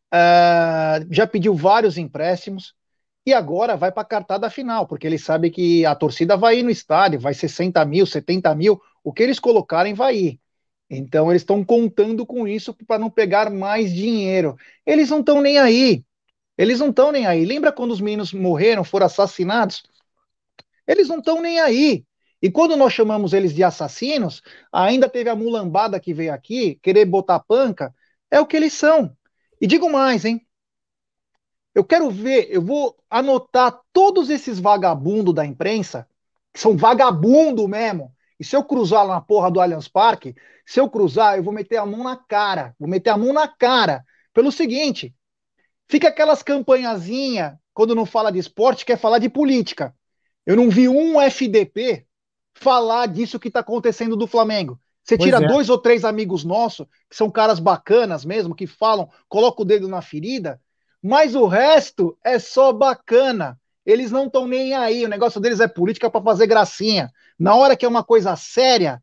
Já pediu vários empréstimos. E agora vai para a cartada final, porque ele sabe que a torcida vai ir no estádio, vai 60 mil, 70 mil, o que eles colocarem vai ir. Então eles estão contando com isso para não pegar mais dinheiro. Eles não estão nem aí. Eles não estão nem aí. Lembra quando os meninos morreram, foram assassinados? Eles não estão nem aí. E quando nós chamamos eles de assassinos, ainda teve a mulambada que veio aqui, querer botar panca, é o que eles são. E digo mais, hein? Eu quero ver, eu vou anotar todos esses vagabundos da imprensa, que são vagabundo mesmo, e se eu cruzar lá na porra do Allianz Parque, se eu cruzar, eu vou meter a mão na cara, pelo seguinte, fica aquelas campanhazinhas, quando não fala de esporte, quer falar de política. Eu não vi um FDP falar disso que está acontecendo do Flamengo. Você tira 2 ou 3 amigos nossos, que são caras bacanas mesmo, que falam, coloca o dedo na ferida, mas o resto é só bacana. Eles não estão nem aí. O negócio deles é política para fazer gracinha. Na hora que é uma coisa séria,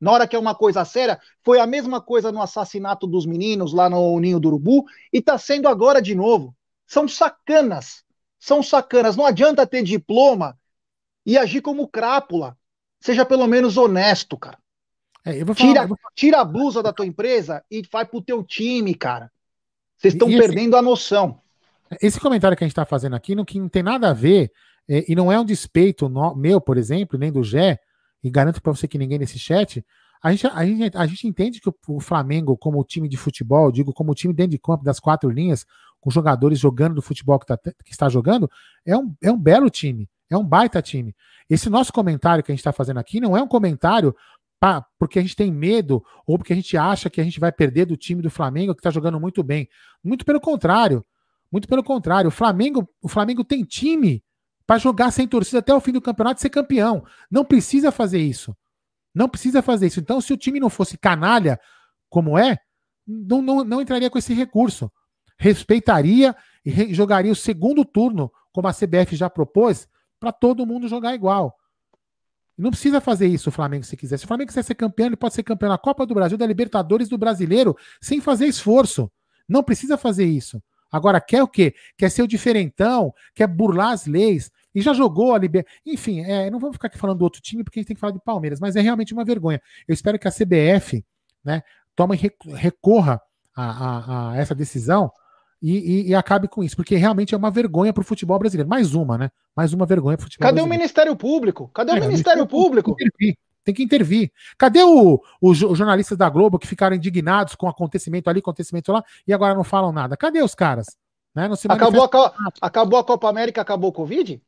foi a mesma coisa no assassinato dos meninos lá no Ninho do Urubu e está sendo agora de novo. São sacanas. Não adianta ter diploma e agir como crápula. Seja pelo menos honesto, cara. Tira a blusa da tua empresa e vai pro teu time, cara. Vocês estão perdendo a noção. Esse comentário que a gente está fazendo aqui não tem nada a ver, e não é um despeito meu, por exemplo, nem do Gé, e garanto para você que ninguém nesse chat, a gente entende que o Flamengo, como time de futebol, digo, como time dentro de campo das 4 linhas, com jogadores jogando do futebol que está jogando, é um belo time, é um baita time. Esse nosso comentário que a gente está fazendo aqui não é um comentário porque a gente tem medo ou porque a gente acha que a gente vai perder do time do Flamengo que está jogando muito bem. Muito pelo contrário. O Flamengo tem time para jogar sem torcida até o fim do campeonato e ser campeão. Não precisa fazer isso. Não precisa fazer isso. Então, se o time não fosse canalha, como não entraria com esse recurso. Respeitaria e jogaria o segundo turno, como a CBF já propôs, para todo mundo jogar igual. Não precisa fazer isso o Flamengo se quiser. Se o Flamengo quiser ser campeão, ele pode ser campeão da Copa do Brasil, da Libertadores, do Brasileiro, sem fazer esforço. Não precisa fazer isso. Agora, quer o quê? Quer ser o diferentão, quer burlar as leis, e já jogou a Libertadores. Enfim, não vamos ficar aqui falando do outro time, porque a gente tem que falar de Palmeiras, mas é realmente uma vergonha. Eu espero que a CBF, né, tome e recorra a essa decisão e acabe com isso, porque realmente é uma vergonha para o futebol brasileiro. Mais uma, né? Mais uma vergonha para o futebol brasileiro. Cadê o Ministério Público? Cadê o Ministério Público? Tem que intervir. Cadê os jornalistas da Globo que ficaram indignados com acontecimento ali, acontecimento lá, e agora não falam nada? Cadê os caras? Né? Não se acabou a Copa América, acabou o Covid?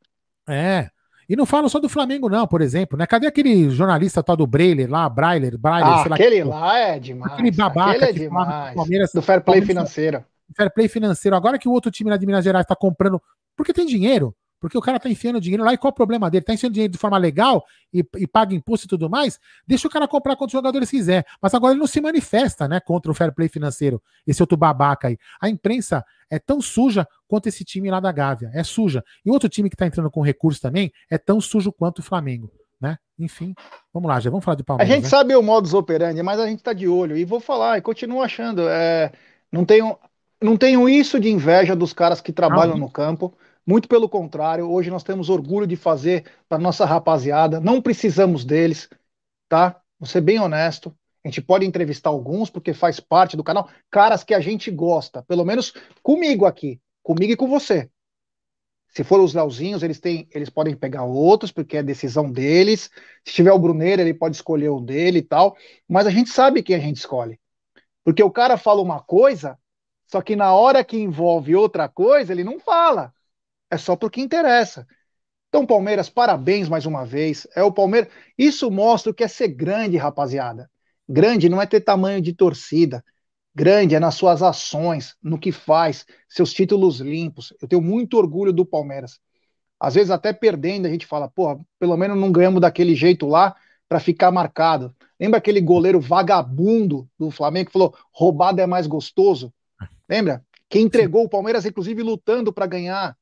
E não falam só do Flamengo, não, por exemplo, né? Cadê aquele jornalista tal do Brailer lá, Brailer, sei lá. Aquele lá é demais. Aquele babaca aquele é demais. Do Fair Play financeiro. Fair Play financeiro. Agora que o outro time lá de Minas Gerais tá comprando, porque tem dinheiro. Porque o cara tá enfiando dinheiro lá, e qual o problema dele? Tá enfiando dinheiro de forma legal e paga imposto e tudo mais, deixa o cara comprar quantos jogadores quiser. Mas agora ele não se manifesta, né, contra o fair play financeiro, esse outro babaca aí. A imprensa é tão suja quanto esse time lá da Gávea, é suja. E outro time que tá entrando com recurso também é tão sujo quanto o Flamengo, né? Enfim, vamos lá, já vamos falar de Palmeiras. A gente sabe o modus operandi, mas a gente tá de olho, e vou falar, e continuo achando, não tenho isso de inveja dos caras que trabalham no campo. Muito pelo contrário, hoje nós temos orgulho de fazer para nossa rapaziada, não precisamos deles, tá? Vou ser bem honesto, a gente pode entrevistar alguns, porque faz parte do canal, caras que a gente gosta, pelo menos comigo aqui, comigo e com você. Se for os Leozinhos, eles podem pegar outros, porque é decisão deles, se tiver o Bruneiro, ele pode escolher o dele e tal, mas a gente sabe quem a gente escolhe, porque o cara fala uma coisa, só que na hora que envolve outra coisa, ele não fala. É só porque interessa. Então, Palmeiras, parabéns mais uma vez. É o Palmeiras. Isso mostra o que é ser grande, rapaziada. Grande não é ter tamanho de torcida. Grande é nas suas ações, no que faz, seus títulos limpos. Eu tenho muito orgulho do Palmeiras. Às vezes, até perdendo, a gente fala, porra, pelo menos não ganhamos daquele jeito lá para ficar marcado. Lembra aquele goleiro vagabundo do Flamengo que falou: roubado é mais gostoso? Lembra? Quem entregou o Palmeiras, inclusive, lutando para ganhar.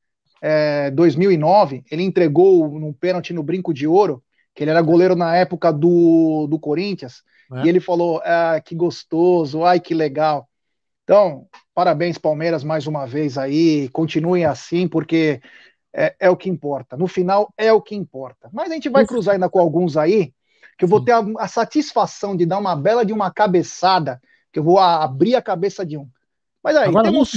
2009, ele entregou num pênalti no Brinco de Ouro, que ele era goleiro na época do Corinthians, e ele falou, que gostoso, ai que legal. Então, parabéns Palmeiras mais uma vez aí, continuem assim, porque é o que importa, no final é o que importa. Mas a gente vai cruzar ainda com alguns aí, que eu vou ter a satisfação de dar uma bela de uma cabeçada, que eu vou abrir a cabeça de um. Mas aí, agora temos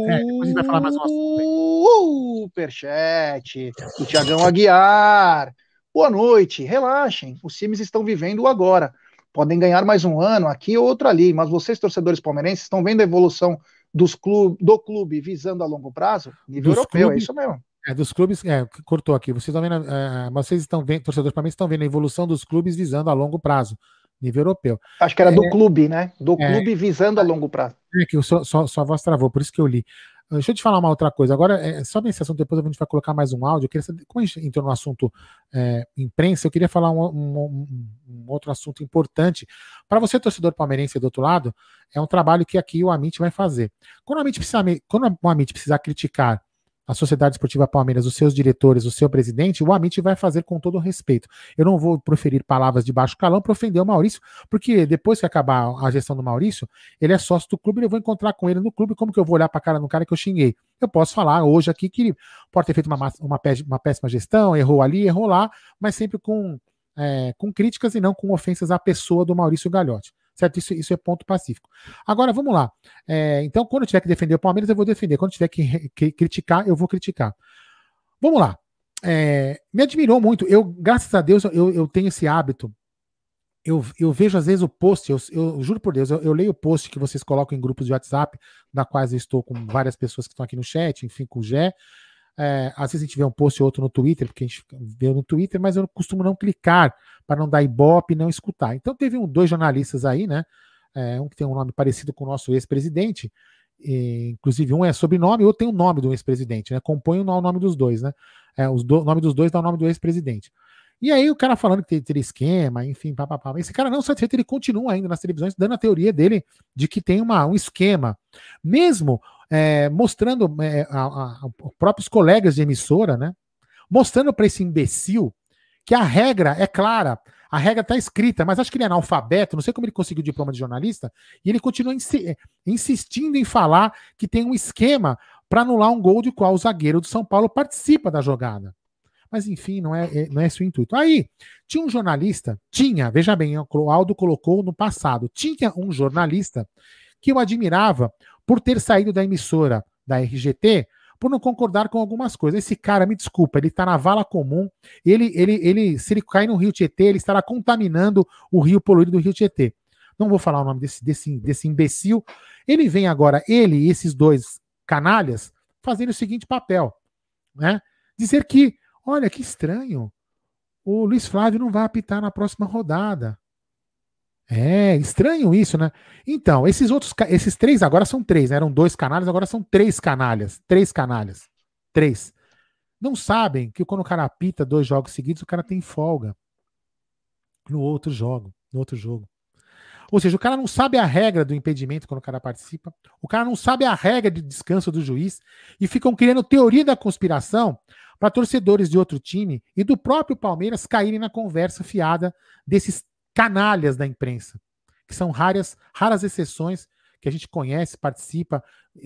superchat do Thiagão Aguiar. Boa noite, relaxem, os times estão vivendo agora. Podem ganhar mais um ano aqui ou outro ali, mas vocês, torcedores palmeirenses, estão vendo a evolução do clube visando a longo prazo? Nível europeu, é isso mesmo. Dos clubes, cortou aqui. Vocês estão vendo, vocês estão vendo, torcedores palmeirenses estão vendo a evolução dos clubes visando a longo prazo. Nível europeu. Acho que era do clube, né? Do clube visando a longo prazo. Que sua voz travou, por isso que eu li. Deixa eu te falar uma outra coisa. Agora, só nesse assunto, depois a gente vai colocar mais um áudio. Eu queria saber, como a gente entrou no assunto imprensa, eu queria falar um outro assunto importante. Para você, torcedor palmeirense do outro lado, é um trabalho que aqui o Amit vai fazer. Quando o Amit precisar criticar a Sociedade Esportiva Palmeiras, os seus diretores, o seu presidente, o Amit vai fazer com todo o respeito. Eu não vou proferir palavras de baixo calão para ofender o Maurício, porque depois que acabar a gestão do Maurício, ele é sócio do clube, eu vou encontrar com ele no clube, como que eu vou olhar para a cara do cara que eu xinguei? Eu posso falar hoje aqui que ele pode ter feito uma péssima gestão, errou ali, errou lá, mas sempre com críticas e não com ofensas à pessoa do Maurício Gagliotti. Certo? Isso é ponto pacífico. Agora, vamos lá. Então, quando eu tiver que defender o Palmeiras, eu vou defender. Quando eu tiver que criticar, eu vou criticar. Vamos lá. Me admirou muito. Graças a Deus, eu tenho esse hábito. Eu vejo, às vezes, o post, eu juro por Deus, eu leio o post que vocês colocam em grupos de WhatsApp, da quais eu estou com várias pessoas que estão aqui no chat, enfim, com o Gé. Às vezes a gente vê um post ou outro no Twitter, porque a gente vê no Twitter, mas eu costumo não clicar para não dar ibope e não escutar. Então teve dois jornalistas aí, né? Um que tem um nome parecido com o nosso ex-presidente, inclusive um é sobrenome, outro tem o nome do ex-presidente, né? Compõe o nome dos dois, né? O nome dos dois dá o nome do ex-presidente. E aí o cara falando que teria esquema, enfim, papapá. Esse cara não satisfeito, ele continua ainda nas televisões dando a teoria dele de que tem um esquema. Mesmo mostrando próprios colegas de emissora, né? Mostrando para esse imbecil que a regra é clara, a regra está escrita, mas acho que ele é analfabeto, não sei como ele conseguiu o diploma de jornalista, e ele continua insistindo em falar que tem um esquema para anular um gol de qual o zagueiro do São Paulo participa da jogada. Mas enfim, não é esse o intuito. Aí, tinha um jornalista, veja bem, o Aldo colocou no passado, tinha um jornalista que eu admirava por ter saído da emissora da RGT, por não concordar com algumas coisas. Esse cara, me desculpa, ele está na vala comum, se ele cair no Rio Tietê, ele estará contaminando o rio poluído do Rio Tietê. Não vou falar o nome desse imbecil. Ele vem agora, ele e esses dois canalhas, fazendo o seguinte papel, né? Dizer que, olha, que estranho, o Luiz Flávio não vai apitar na próxima rodada. Estranho isso, né? Então, esses três, agora são três, né? Eram dois canalhas, agora são três canalhas. Três. Não sabem que quando o cara apita 2 jogos seguidos, o cara tem folga no outro jogo. Ou seja, o cara não sabe a regra do impedimento quando o cara participa, o cara não sabe a regra de descanso do juiz, e ficam criando teoria da conspiração para torcedores de outro time e do próprio Palmeiras caírem na conversa fiada desses canalhas da imprensa, que são raras exceções que a gente conhece, participa,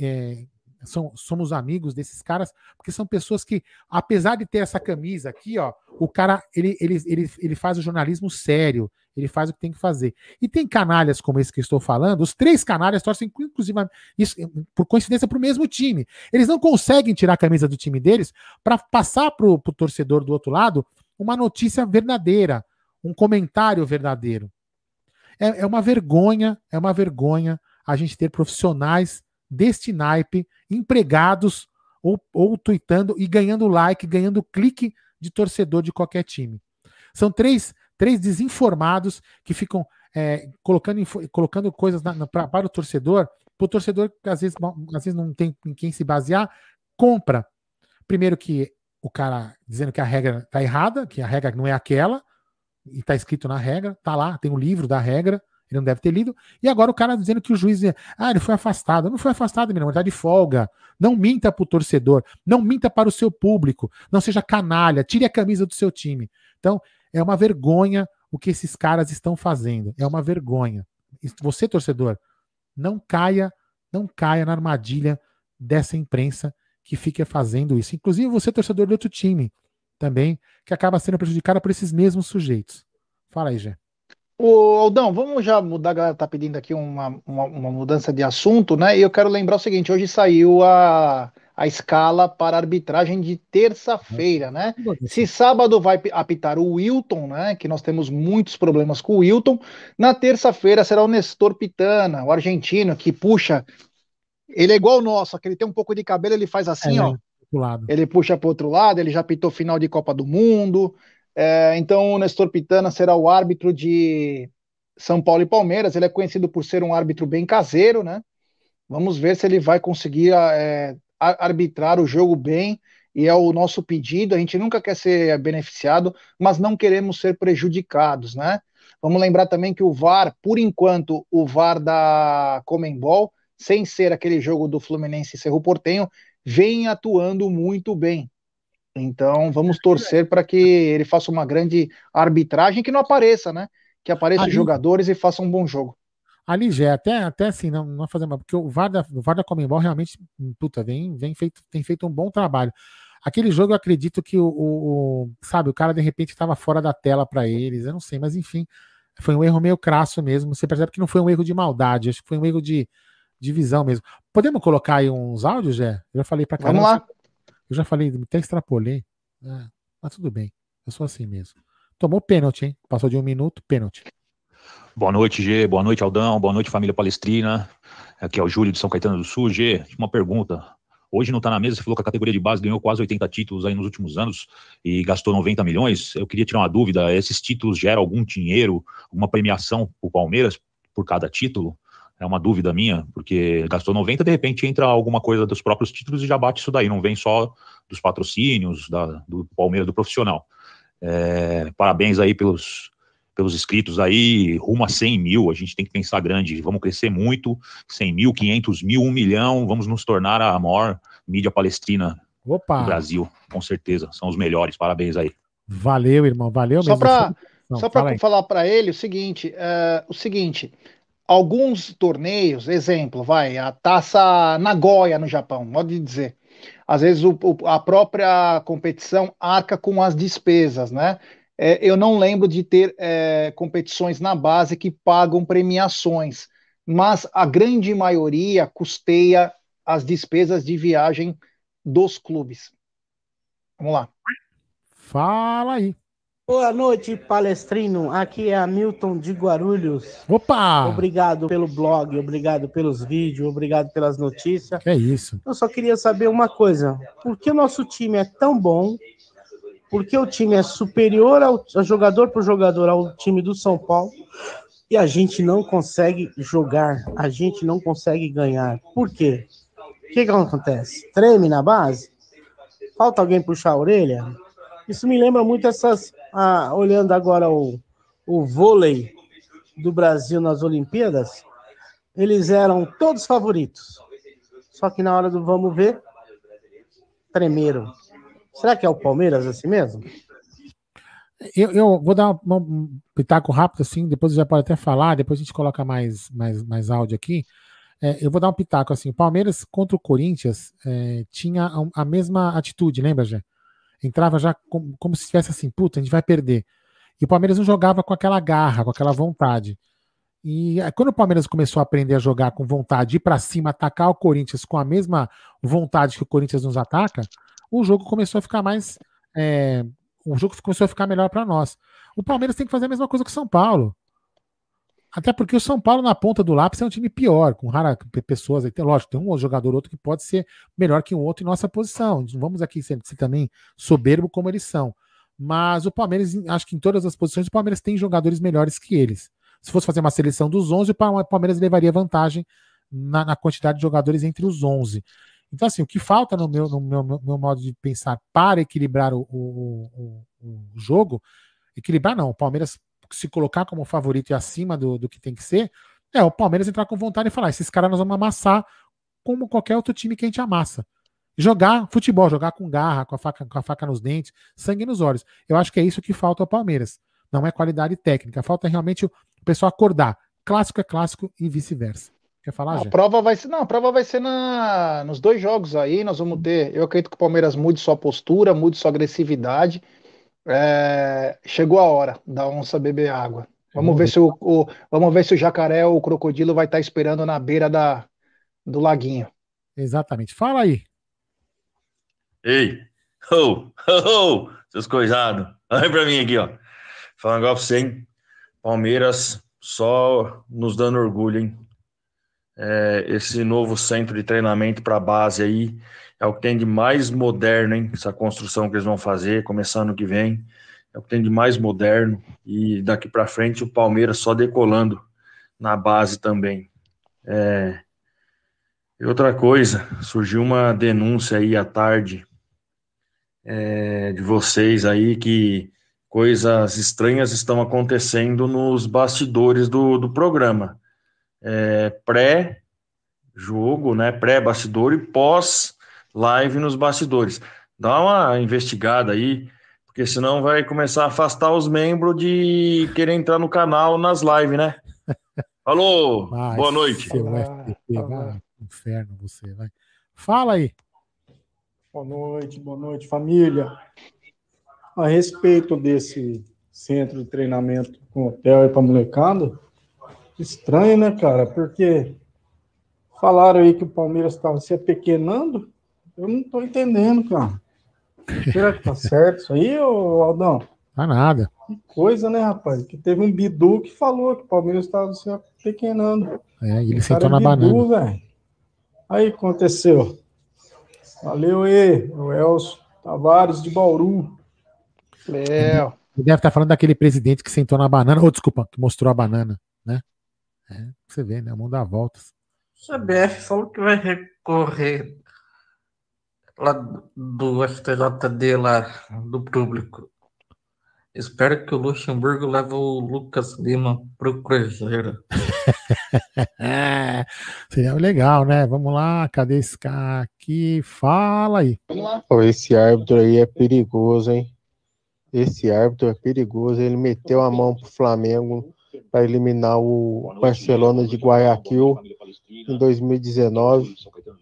somos amigos desses caras, porque são pessoas que, apesar de ter essa camisa aqui, ó, o cara, ele faz o jornalismo sério, ele faz o que tem que fazer. E tem canalhas como esse que eu estou falando, os 3 canalhas torcem, inclusive, isso, por coincidência, para o mesmo time. Eles não conseguem tirar a camisa do time deles para passar para o torcedor do outro lado uma notícia verdadeira, um comentário verdadeiro. É uma vergonha a gente ter profissionais deste naipe, empregados ou tweetando e ganhando like, ganhando clique de torcedor de qualquer time. São três desinformados que ficam colocando coisas para o torcedor que às vezes não tem em quem se basear, compra. Primeiro que o cara dizendo que a regra está errada, que a regra não é aquela, e está escrito na regra, tá lá, tem o livro da regra, ele não deve ter lido, e agora o cara dizendo que o juiz, ele foi afastado. Não foi afastado, menino, ele tá de folga. Não minta pro torcedor, não minta para o seu público, não seja canalha, tire a camisa do seu time. Então, é uma vergonha o que esses caras estão fazendo, é uma vergonha. Você, torcedor, não caia na armadilha dessa imprensa que fica fazendo isso. Inclusive você, torcedor de outro time, também, que acaba sendo prejudicada por esses mesmos sujeitos. Fala aí, Gé. Ô, Aldão, vamos já mudar, a galera tá pedindo aqui uma mudança de assunto, né? E eu quero lembrar o seguinte, hoje saiu a escala para arbitragem de terça-feira, né? Se sábado vai apitar o Wilton, né? Que nós temos muitos problemas com o Wilton, na terça-feira será o Nestor Pitana, o argentino, que puxa, ele é igual o nosso, só que ele tem um pouco de cabelo, ele faz assim, ó. Ele puxa para o outro lado, ele já apitou final de Copa do Mundo. Então o Nestor Pitana será o árbitro de São Paulo e Palmeiras. Ele é conhecido por ser um árbitro bem caseiro, né? Vamos ver se ele vai conseguir arbitrar o jogo bem, e é o nosso pedido. A gente nunca quer ser beneficiado, mas não queremos ser prejudicados, né? Vamos lembrar também que o VAR, por enquanto, o VAR da Conmebol, sem ser aquele jogo do Fluminense e Cerro Porteño, vem atuando muito bem. Então vamos torcer para que ele faça uma grande arbitragem, que não apareça, né? Que apareçam os jogadores e façam um bom jogo. Ali já, até assim, não fazer mal, porque o VAR da Conmebol realmente, tem feito um bom trabalho. Aquele jogo eu acredito que sabe, o cara de repente estava fora da tela para eles, eu não sei, mas enfim, foi um erro meio crasso mesmo. Você percebe que não foi um erro de maldade, acho que foi um erro de visão mesmo. Podemos colocar aí uns áudios, Jé? Eu já falei pra caramba. Vamos lá. Eu já falei, até extrapolei. Mas tudo bem, eu sou assim mesmo. Tomou pênalti, hein? Passou de 1 minuto, pênalti. Boa noite, Gê. Boa noite, Aldão. Boa noite, família palestrina. Aqui é o Júlio de São Caetano do Sul. Gê, uma pergunta. Hoje não tá na mesa, você falou que a categoria de base ganhou quase 80 títulos aí nos últimos anos e gastou 90 milhões. Eu queria tirar uma dúvida, esses títulos geram algum dinheiro, alguma premiação pro Palmeiras por cada título? É uma dúvida minha, porque gastou 90, de repente entra alguma coisa dos próprios títulos e já bate isso daí, não vem só dos patrocínios, do Palmeiras, do profissional. Parabéns aí pelos inscritos aí, rumo a 100 mil, a gente tem que pensar grande, vamos crescer muito, 100 mil, 500 mil, 1 milhão, vamos nos tornar a maior mídia palestrina do Brasil, com certeza, são os melhores, parabéns aí. Valeu, irmão, valeu mesmo. Só para falar para ele o seguinte, alguns torneios, exemplo, a Taça Nagoya no Japão, modo de dizer, às vezes a própria competição arca com as despesas, né? Eu não lembro de ter competições na base que pagam premiações, mas a grande maioria custeia as despesas de viagem dos clubes. Vamos lá. Fala aí. Boa noite, palestrino. Aqui é Hamilton de Guarulhos. Opa! Obrigado pelo blog, obrigado pelos vídeos, obrigado pelas notícias. É isso. Eu só queria saber uma coisa. Por que o nosso time é tão bom? Por que o time é superior ao jogador por jogador ao time do São Paulo? E a gente não consegue jogar, a gente não consegue ganhar. Por quê? O que acontece? Treme na base? Falta alguém puxar a orelha? Isso me lembra muito olhando agora o vôlei do Brasil nas Olimpíadas, eles eram todos favoritos. Só que na hora do vamos ver, tremeram. Será que é o Palmeiras assim mesmo? Eu vou dar um pitaco rápido assim, depois já pode até falar, depois a gente coloca mais áudio aqui. Eu vou dar um pitaco assim, o Palmeiras contra o Corinthians tinha a mesma atitude, lembra, Jé? Entrava já como se estivesse assim, puta, a gente vai perder. E o Palmeiras não jogava com aquela garra, com aquela vontade. E quando o Palmeiras começou a aprender a jogar com vontade, ir pra cima, atacar o Corinthians com a mesma vontade que o Corinthians nos ataca, o jogo começou a ficar mais... o jogo começou a ficar melhor para nós. O Palmeiras tem que fazer a mesma coisa que o São Paulo. Até porque o São Paulo, na ponta do lápis, é um time pior, com raras pessoas. Lógico, tem um jogador ou outro que pode ser melhor que um outro em nossa posição. Não vamos aqui ser também soberbo como eles são. Mas o Palmeiras, acho que em todas as posições, o Palmeiras tem jogadores melhores que eles. Se fosse fazer uma seleção dos 11, o Palmeiras levaria vantagem na quantidade de jogadores entre os 11. Então, assim, o que falta no meu modo de pensar para equilibrar o jogo, equilibrar não, o Palmeiras se colocar como favorito e acima do que tem que ser, o Palmeiras entrar com vontade e falar, esses caras nós vamos amassar como qualquer outro time que a gente amassa. Jogar futebol, jogar com garra, com a faca nos dentes, sangue nos olhos. Eu acho que é isso que falta ao Palmeiras. Não é qualidade técnica, falta realmente o pessoal acordar. Clássico é clássico e vice-versa. Quer falar, Jé? A prova vai ser nos 2 jogos aí, nós vamos ter, eu acredito que o Palmeiras mude sua postura, mude sua agressividade. Chegou a hora da onça beber água. Vamos ver se o jacaré ou o crocodilo vai estar esperando na beira do laguinho. Exatamente. Fala aí. Ei, seus coisados. Olha pra mim aqui, ó. Falando agora pra você, hein? Palmeiras só nos dando orgulho, hein? Esse novo centro de treinamento para base aí é o que tem de mais moderno, hein? Essa construção que eles vão fazer, começando ano que vem, é o que tem de mais moderno, e daqui para frente o Palmeiras só decolando na base também. E outra coisa, surgiu uma denúncia aí à tarde de vocês aí que coisas estranhas estão acontecendo nos bastidores do programa. Pré-jogo, né, pré-bastidor e pós-live nos bastidores. Dá uma investigada aí, porque senão vai começar a afastar os membros de querer entrar no canal nas lives, né? Alô, boa noite. Vai, inferno você, vai. Fala aí. Boa noite, família. A respeito desse centro de treinamento com hotel aí para molecada, estranho, né, cara? Porque falaram aí que o Palmeiras estava se apequenando. Eu não tô entendendo, cara. Será que tá certo isso aí, ô Aldão? Tá nada. Que coisa, né, rapaz? Que teve um Bidu que falou que o Palmeiras estava se apequenando. E ele sentou na Bidu, banana. Véio. Aí aconteceu. Valeu aí, o Elcio Tavares de Bauru. Ele deve estar falando daquele presidente que sentou na banana, ou desculpa, que mostrou a banana, né? Você vê, né? O mundo dá voltas. O CBF falou que vai recorrer lá do STJD lá, do público. Espero que o Luxemburgo leve o Lucas Lima pro Cruzeiro. Seria legal, né? Vamos lá, cadê esse cara aqui? Fala aí. Esse árbitro aí é perigoso, hein? Esse árbitro é perigoso. Ele meteu a mão pro Flamengo para eliminar o Barcelona de Guayaquil em 2019.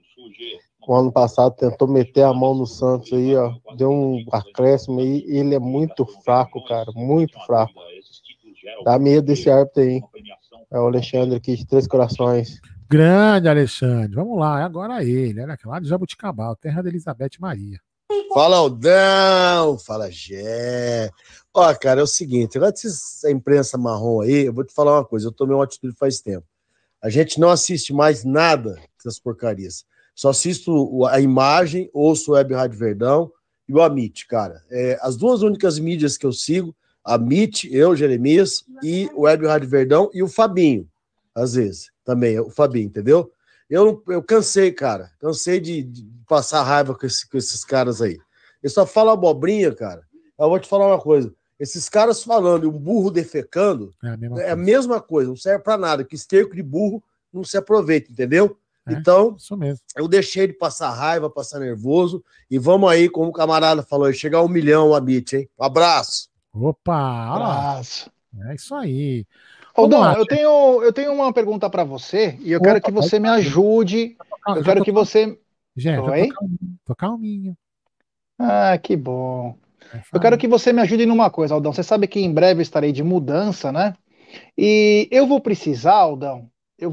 O ano passado tentou meter a mão no Santos aí, ó. Deu um acréscimo aí. Ele é muito fraco, cara. Muito fraco. Dá medo desse árbitro aí, hein? É o Alexandre aqui de Três Corações. Grande Alexandre. Vamos lá, é agora ele. Olha lá de Jabuticabal, terra da Elizabeth Maria. Fala, Aldão. Fala, Gé. Ó, cara, é o seguinte. Antes dessa imprensa marrom aí, eu vou te falar uma coisa. Eu tomei uma atitude faz tempo. A gente não assiste mais nada dessas porcarias. Só assisto a imagem, ouço o Web Rádio Verdão e o Amit, cara. As duas únicas mídias que eu sigo, a Amit, eu, Jeremias, e o Web Rádio Verdão e o Fabinho, às vezes, também, o Fabinho, entendeu? Eu cansei, cara. Cansei de passar raiva com esses caras aí. Eles só falam abobrinha, cara. Eu vou te falar uma coisa. Esses caras falando e um burro defecando é a mesma coisa. Não serve pra nada. Que esterco de burro não se aproveita, entendeu? Então, isso mesmo. Eu deixei de passar raiva, passar nervoso. E vamos aí, como o camarada falou, chegar a 1 milhão o Amit, hein? Um abraço. Opa! Abraço. É isso aí. Aldão, eu tenho uma pergunta para você e eu quero que você me ajude. Eu quero que você... Gente, tô calminho. Ah, que bom. Eu quero que você me ajude numa coisa, Aldão. Você sabe que em breve eu estarei de mudança, né? E eu vou precisar, Aldão,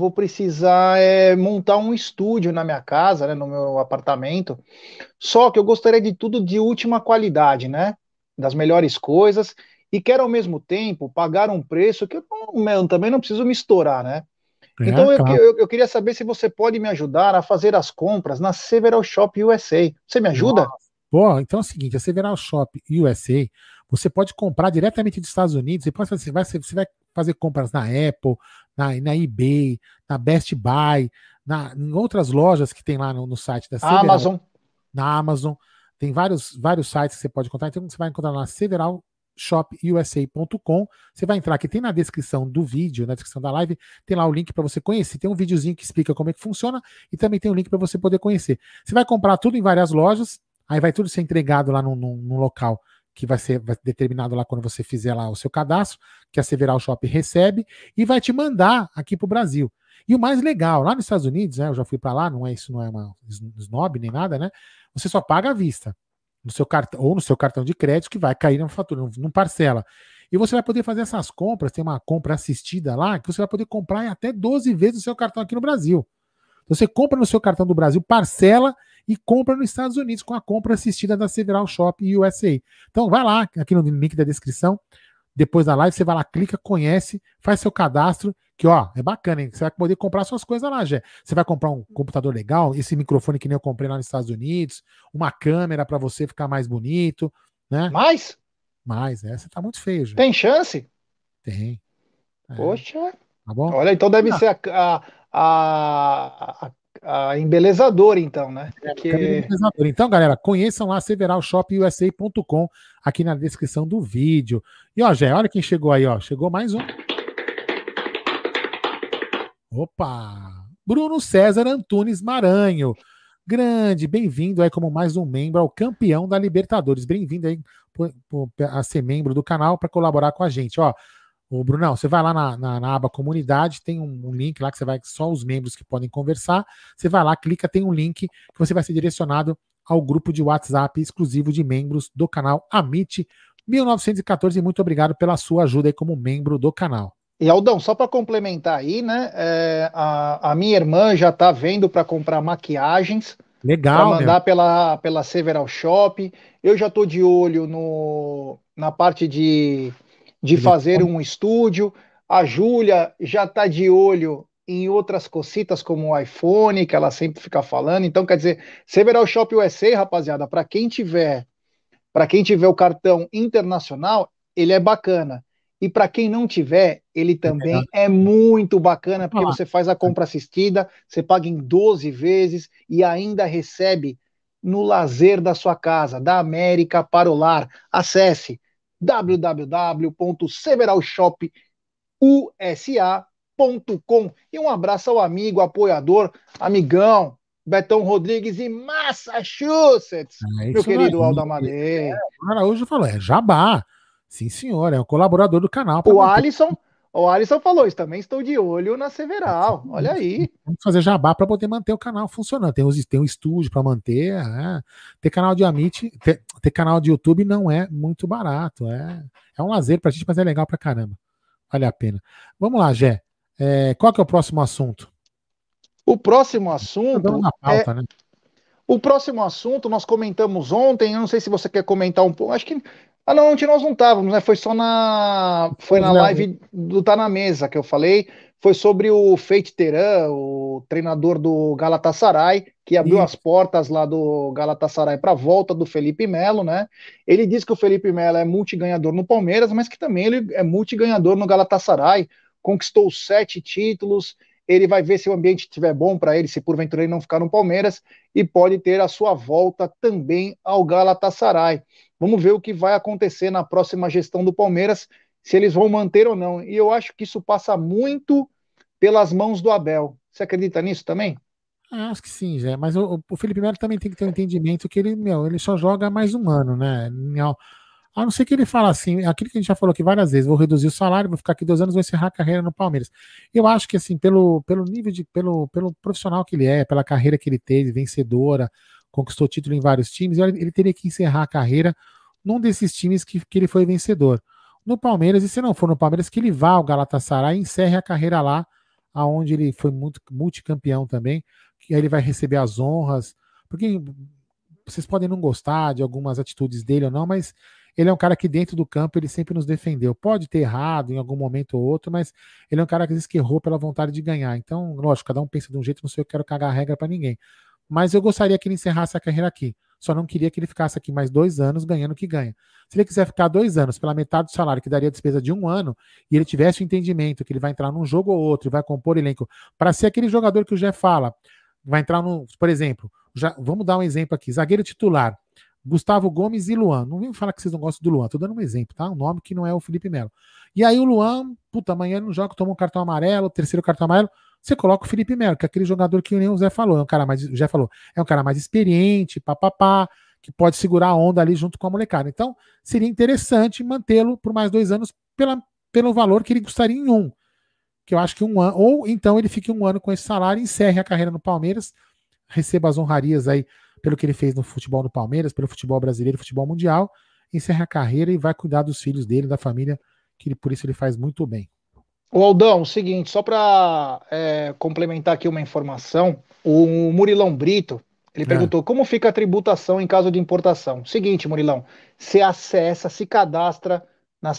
montar um estúdio na minha casa, né, no meu apartamento. Só que eu gostaria de tudo de última qualidade, né? Das melhores coisas. E quero, ao mesmo tempo, pagar um preço que eu também não preciso me estourar, né? Então, claro. eu queria saber se você pode me ajudar a fazer as compras na Several Shop USA. Você me ajuda? Bom, então é o seguinte, a Several Shop USA, você pode comprar diretamente dos Estados Unidos, você vai fazer compras na Apple, na eBay, na Best Buy, em outras lojas que tem lá no site da Several. Amazon. Na Amazon. Tem vários sites que você pode encontrar. Então você vai encontrar na severalshopusa.com. Você vai entrar aqui, tem na descrição do vídeo, na descrição da live, tem lá o link para você conhecer. Tem um videozinho que explica como é que funciona e também tem um link para você poder conhecer. Você vai comprar tudo em várias lojas, aí vai tudo ser entregado lá num local que vai ser determinado lá quando você fizer lá o seu cadastro, que a Several Shop recebe e vai te mandar aqui para o Brasil. E o mais legal, lá nos Estados Unidos, né, eu já fui para lá, isso não é uma snob nem nada, né? Você só paga à vista, no seu cartão, ou no seu cartão de crédito, que vai cair na fatura, não parcela. E você vai poder fazer essas compras, tem uma compra assistida lá, que você vai poder comprar em até 12 vezes o seu cartão aqui no Brasil. Você compra no seu cartão do Brasil, parcela e compra nos Estados Unidos com a compra assistida da Several Shop USA. Então vai lá, aqui no link da descrição, depois da live, você vai lá, clica, conhece, faz seu cadastro, que ó, é bacana, hein? Você vai poder comprar suas coisas lá, Gé. Você vai comprar um computador legal, esse microfone que nem eu comprei lá nos Estados Unidos, uma câmera para você ficar mais bonito, né? Mais, você tá muito feio, Gé. Tem chance? Tem. Poxa. Tá bom? Olha, então deve ser a embelezadora, então, né? Embelezadora. Então, galera, conheçam lá severalshopusa.com aqui na descrição do vídeo. E ó, Gé, olha quem chegou aí, ó. Chegou mais um. Opa! Bruno César Antunes Maranho. Grande, bem-vindo aí como mais um membro ao campeão da Libertadores. Bem-vindo aí a ser membro do canal para colaborar com a gente. Ó, o Brunão, você vai lá na aba comunidade, tem um link lá que você vai, só os membros que podem conversar. Você vai lá, clica, tem um link que você vai ser direcionado ao grupo de WhatsApp exclusivo de membros do canal Amit 1914. Muito obrigado pela sua ajuda aí como membro do canal. E Aldão, só para complementar aí, né? A minha irmã já está vendo para comprar maquiagens. Legal. Para mandar pela Several Shop. Eu já estou de olho na parte de fazer um estúdio. A Júlia já está de olho em outras cositas como o iPhone, que ela sempre fica falando. Então, quer dizer, Several Shop USA, rapaziada, para quem tiver o cartão internacional, ele é bacana. E para quem não tiver, ele também é muito bacana, porque você faz a compra assistida, você paga em 12 vezes e ainda recebe no lazer da sua casa, da América para o lar. Acesse www.severalshopusa.com e um abraço ao amigo, apoiador, amigão, Betão Rodrigues em Massachusetts, meu querido Aldo Amadei. O Araújo falou, é jabá. Sim, senhor, é um colaborador do canal. O Alisson falou isso, também estou de olho na Several, olha aí. Vamos fazer jabá para poder manter o canal funcionando. Tem um estúdio para manter. Ter canal de Amit, ter canal de YouTube não é muito barato. É um lazer pra gente, mas é legal pra caramba. Vale a pena. Vamos lá, Gé. Qual que é o próximo assunto? O próximo assunto na pauta, né? O próximo assunto nós comentamos ontem, eu não sei se você quer comentar um pouco, acho que não, ontem nós não estávamos, né? Foi na live do Tá na Mesa que eu falei, foi sobre o Fatih Terim, o treinador do Galatasaray, que abriu as portas lá do Galatasaray para a volta do Felipe Melo, né? Ele disse que o Felipe Melo é multiganhador no Palmeiras, mas que também ele é multiganhador no Galatasaray, conquistou 7 títulos. Ele vai ver se o ambiente estiver bom para ele, se porventura ele não ficar no Palmeiras, e pode ter a sua volta também ao Galatasaray. Vamos ver o que vai acontecer na próxima gestão do Palmeiras, se eles vão manter ou não. E eu acho que isso passa muito pelas mãos do Abel. Você acredita nisso também? Acho que sim, Zé. Mas o Felipe Melo também tem que ter um entendimento que ele só joga mais um ano, né? A não ser que ele fala assim, aquilo que a gente já falou aqui várias vezes, vou reduzir o salário, vou ficar aqui 2 anos, vou encerrar a carreira no Palmeiras. Eu acho que assim, pelo nível pelo profissional que ele é, pela carreira que ele teve, vencedora, conquistou título em vários times, ele teria que encerrar a carreira num desses times que ele foi vencedor. No Palmeiras, e se não for no Palmeiras, que ele vá ao Galatasaray e encerre a carreira lá, aonde ele foi muito multicampeão também, que aí ele vai receber as honras, porque vocês podem não gostar de algumas atitudes dele ou não, mas ele é um cara que dentro do campo ele sempre nos defendeu. Pode ter errado em algum momento ou outro, mas ele é um cara que às vezes que errou pela vontade de ganhar. Então, lógico, cada um pensa de um jeito, não sei, eu quero cagar a regra para ninguém. Mas eu gostaria que ele encerrasse a carreira aqui. Só não queria que ele ficasse aqui mais 2 anos ganhando o que ganha. Se ele quiser ficar 2 anos pela metade do salário, que daria a despesa de 1 ano, e ele tivesse o entendimento que ele vai entrar num jogo ou outro e vai compor elenco, para ser aquele jogador que o Jé fala, vai entrar por exemplo, vamos dar um exemplo aqui, zagueiro titular, Gustavo Gomes e Luan. Não vem falar que vocês não gostam do Luan, tô dando um exemplo, tá? Um nome que não é o Felipe Melo. E aí o Luan, amanhã ele não joga, toma um cartão amarelo, terceiro cartão amarelo, você coloca o Felipe Melo, que é aquele jogador que nem o Zé falou, é um cara mais experiente, papapá, que pode segurar a onda ali junto com a molecada. Então, seria interessante mantê-lo por mais 2 anos pelo valor que ele custaria em 1. Que eu acho que 1 ano, ou então ele fique 1 ano com esse salário, encerre a carreira no Palmeiras, receba as honrarias aí pelo que ele fez no futebol do Palmeiras, pelo futebol brasileiro, futebol mundial, encerra a carreira e vai cuidar dos filhos dele, da família, que por isso ele faz muito bem. O Aldão, o seguinte, só para complementar aqui uma informação, o Murilão Brito, ele perguntou como fica a tributação em caso de importação. Seguinte, Murilão, você acessa, se cadastra na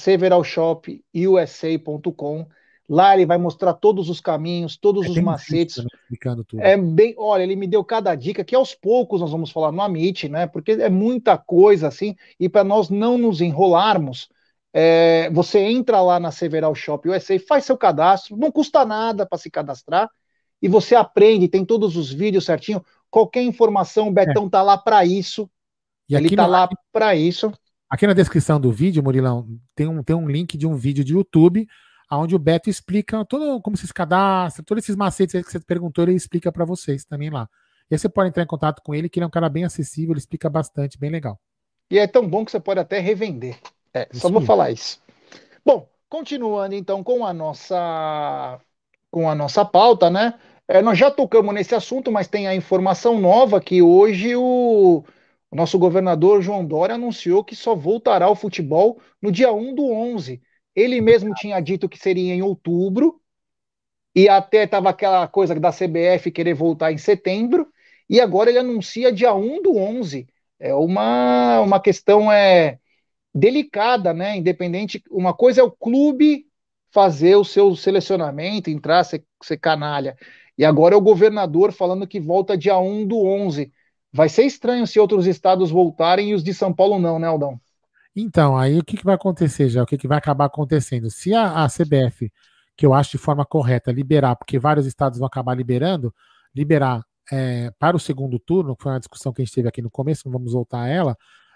severalshopusa.com. Lá ele vai mostrar todos os caminhos, todos os macetes. Explicando tudo. Olha, ele me deu cada dica que aos poucos nós vamos falar no Amit, né? Porque é muita coisa assim, e para nós não nos enrolarmos, você entra lá na Several Shop USA, faz seu cadastro, não custa nada para se cadastrar, e você aprende, tem todos os vídeos certinho. Qualquer informação, o Betão tá lá para isso. E ele tá lá para isso. Aqui na descrição do vídeo, Murilão, tem um link de um vídeo de YouTube onde o Beto explica como se cadastra, todos esses macetes aí que você perguntou, ele explica para vocês também lá. E aí você pode entrar em contato com ele, que ele é um cara bem acessível, ele explica bastante, bem legal. E é tão bom que você pode até revender. Só vou falar isso. Bom, continuando então com a nossa pauta, né? Nós já tocamos nesse assunto, mas tem a informação nova que hoje o nosso governador João Dória anunciou que só voltará ao futebol no dia 1/11. Ele mesmo tinha dito que seria em outubro, e até estava aquela coisa da CBF querer voltar em setembro, e agora ele anuncia dia 1/11. É uma questão delicada, né? Independente, uma coisa é o clube fazer o seu selecionamento, entrar, ser canalha, e agora é o governador falando que volta dia 1/11. Vai ser estranho se outros estados voltarem e os de São Paulo não, né, Aldão? Então, aí o que vai acontecer já? O que vai acabar acontecendo? Se a CBF, que eu acho de forma correta, liberar, porque vários estados vão acabar liberar para o segundo turno, que foi uma discussão que a gente teve aqui no começo, não vamos voltar a ela,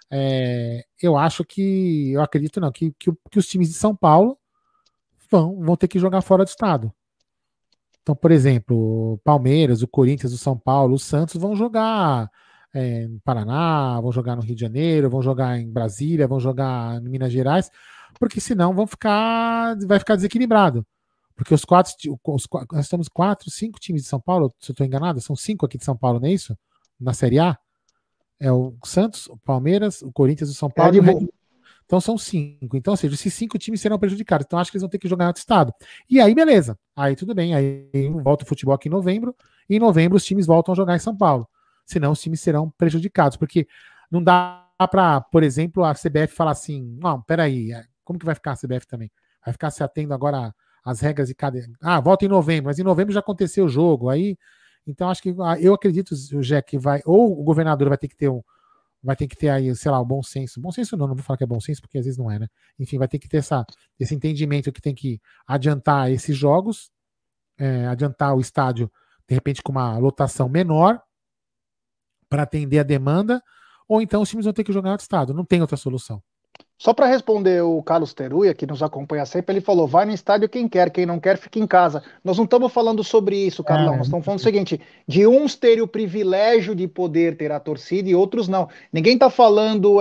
eu acredito não, que os times de São Paulo vão ter que jogar fora do estado. Então, por exemplo, o Palmeiras, o Corinthians, o São Paulo, o Santos vão jogar no Paraná, vão jogar no Rio de Janeiro, vão jogar em Brasília, vão jogar em Minas Gerais, porque senão vai ficar desequilibrado. Porque nós temos 5 times de São Paulo, se eu estou enganado, são 5 aqui de São Paulo, não é isso? Na Série A? É o Santos, o Palmeiras, o Corinthians, o São Paulo e o Red Bull. Então são 5. Então, ou seja, esses 5 times serão prejudicados. Então acho que eles vão ter que jogar em outro estado. E aí, beleza. Aí tudo bem. Aí volta o futebol aqui em novembro. E em novembro os times voltam a jogar em São Paulo. Senão os times serão prejudicados. Porque não dá para, por exemplo, a CBF falar assim: não, peraí, como que vai ficar a CBF também? Vai ficar se atendo agora às regras de cada. Volta em novembro, mas em novembro já aconteceu o jogo. Aí. Então acho que eu acredito, Jé, que vai. Ou o governador vai ter que ter aí, sei lá, o bom senso. Bom senso não vou falar que é bom senso, porque às vezes não é, né? Enfim, vai ter que ter esse entendimento que tem que adiantar esses jogos, adiantar o estádio, de repente, com uma lotação menor, para atender a demanda, ou então os times vão ter que jogar no outro estado. Não tem outra solução. Só para responder o Carlos Teruia, que nos acompanha sempre, ele falou: vai no estádio quem quer, quem não quer fica em casa. Nós não estamos falando sobre isso, Carlão. Nós estamos falando o seguinte: de uns terem o privilégio de poder ter a torcida e outros não. Ninguém está falando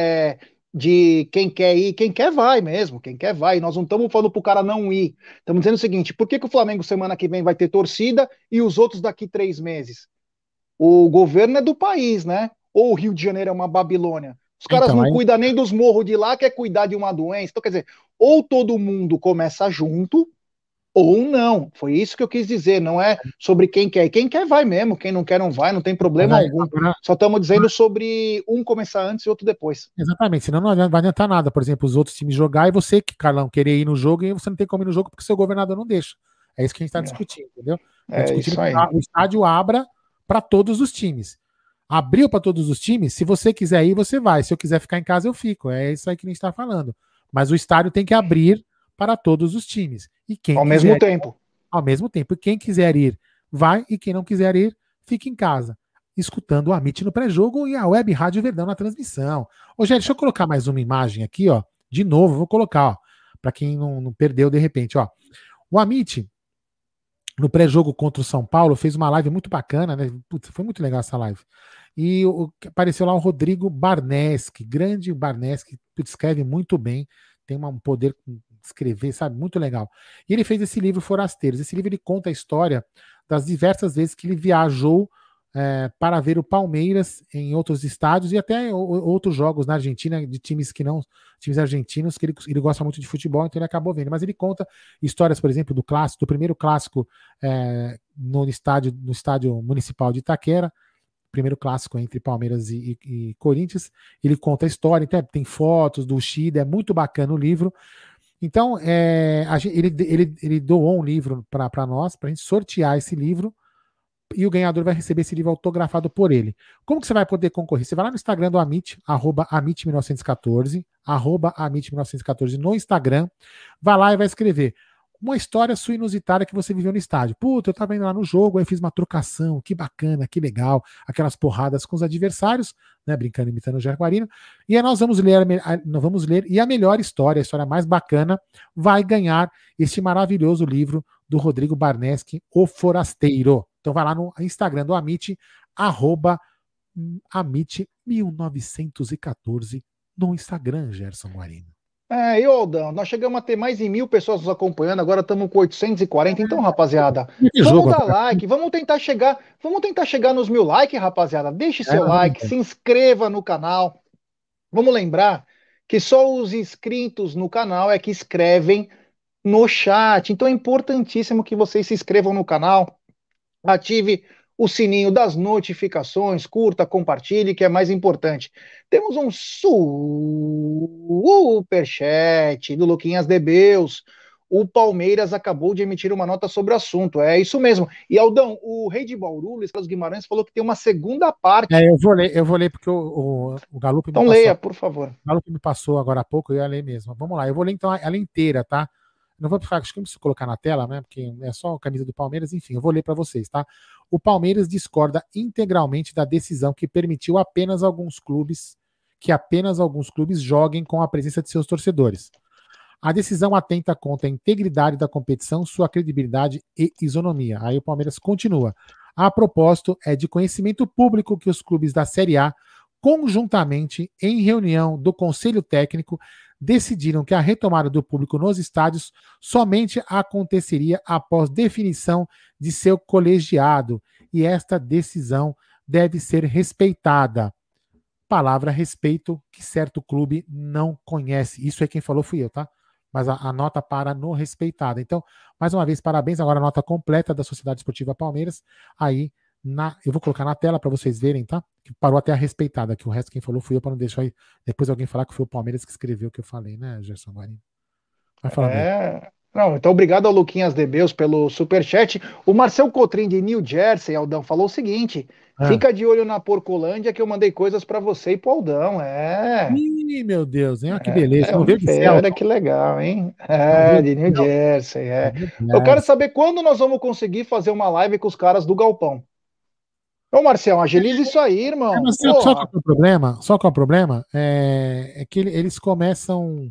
de quem quer ir, quem quer vai mesmo, quem quer vai. Nós não estamos falando para o cara não ir. Estamos dizendo o seguinte: por que o Flamengo semana que vem vai ter torcida e os outros daqui 3 meses? O governo é do país, né? Ou o Rio de Janeiro é uma Babilônia? Os caras não cuidam nem dos morros de lá, quer cuidar de uma doença. Então, quer dizer, ou todo mundo começa junto, ou não. Foi isso que eu quis dizer. Não é sobre quem quer. Quem quer vai mesmo, quem não quer não vai, não tem problema algum. Só estamos dizendo sobre um começar antes e outro depois. Exatamente, senão não vai adiantar nada. Por exemplo, os outros times jogar e você, Carlão, querer ir no jogo e você não tem como ir no jogo porque seu governador não deixa. É isso que a gente está discutindo, entendeu? Discutindo que o estádio abra para todos os times. Abriu para todos os times, se você quiser ir, você vai. Se eu quiser ficar em casa, eu fico. É isso aí que a gente está falando. Mas o estádio tem que abrir para todos os times. E quem ao mesmo tempo. Ao mesmo tempo. E quem quiser ir, vai. E quem não quiser ir, fica em casa. Escutando o Amit no pré-jogo e a Web Rádio Verdão na transmissão. Ô, Gé, deixa eu colocar mais uma imagem aqui, ó. De novo, vou colocar, ó. Para quem não perdeu de repente, ó. O Amit, no pré-jogo contra o São Paulo, fez uma live muito bacana, né? Putz, foi muito legal essa live. E apareceu lá o Rodrigo Barneski, grande Barneski, que escreve muito bem, tem um poder de escrever, sabe? Muito legal. E ele fez esse livro Forasteiros. Esse livro ele conta a história das diversas vezes que ele viajou para ver o Palmeiras em outros estádios e até outros jogos na Argentina, de times argentinos, que ele gosta muito de futebol, então ele acabou vendo. Mas ele conta histórias, por exemplo, do primeiro clássico no estádio municipal de Itaquera, primeiro clássico entre Palmeiras e Corinthians. Ele conta a história, então, tem fotos do Chile, é muito bacana o livro. Então, ele doou um livro para nós, para a gente sortear esse livro, e o ganhador vai receber esse livro autografado por ele. Como que você vai poder concorrer? Você vai lá no Instagram do Amit, @amit1914, @amit1914 no Instagram, vai lá e vai escrever uma história sua inusitada que você viveu no estádio. Puta, eu tava indo lá no jogo, aí fiz uma trocação, que bacana, que legal, aquelas porradas com os adversários, né, brincando, imitando o Jaguarino, e aí nós vamos ler, e a melhor história, a história mais bacana, vai ganhar este maravilhoso livro do Rodrigo Barneski, O Forasteiro. Então vai lá no Instagram do Amit, @amit1914 no Instagram, Gerson Guarino. E Aldão, nós chegamos a ter mais de 1.000 pessoas nos acompanhando, agora estamos com 840, então, rapaziada, vamos dar like, vamos tentar chegar nos 1.000 likes, rapaziada, deixe seu like, se inscreva no canal, vamos lembrar que só os inscritos no canal é que escrevem no chat, então é importantíssimo que vocês se inscrevam no canal, ative o sininho das notificações, curta, compartilhe, que é mais importante. Temos um superchat do Luquinhas Debeus. o Palmeiras acabou de emitir uma nota sobre o assunto. É isso mesmo. E, Aldão, o rei de Bauru, Luiz Carlos Guimarães, falou que tem uma segunda parte. Eu vou ler porque o Galup me então passou. Leia, por favor. O Galup me passou agora há pouco, eu ia ler mesmo. Vamos lá, eu vou ler então ela inteira, tá? Não vou falar, acho que não preciso colocar na tela, né? Porque é só a camisa do Palmeiras, enfim, eu vou ler para vocês, tá? O Palmeiras discorda integralmente da decisão que permitiu que apenas alguns clubes joguem com a presença de seus torcedores. A decisão atenta contra a integridade da competição, sua credibilidade e isonomia. Aí o Palmeiras continua. A propósito, é de conhecimento público que os clubes da Série A, conjuntamente, em reunião do Conselho Técnico, decidiram que a retomada do público nos estádios somente aconteceria após definição de seu colegiado, e esta decisão deve ser respeitada. Palavra respeito que certo clube não conhece. Isso é quem falou, fui eu, tá? Mas a nota para no respeitada. Então, mais uma vez, parabéns. Agora a nota completa da Sociedade Esportiva Palmeiras. Aí, eu vou colocar na tela para vocês verem, tá? Que parou até a respeitada, que o resto quem falou fui eu, para não deixar aí depois alguém falar que foi o Palmeiras que escreveu o que eu falei, né, Gerson Guarino? Vai falar Não, então obrigado ao Luquinhas Debeus pelo superchat. O Marcel Cotrim de New Jersey, Aldão, falou o seguinte: fica de olho na Porcolândia que eu mandei coisas para você e pro Aldão. Ih, meu Deus, hein? Que beleza. Olha que legal, hein? De New Jersey. Eu quero saber quando nós vamos conseguir fazer uma live com os caras do Galpão. Ô, Marcelo, agiliza isso aí, irmão. Só que é o problema é que eles começam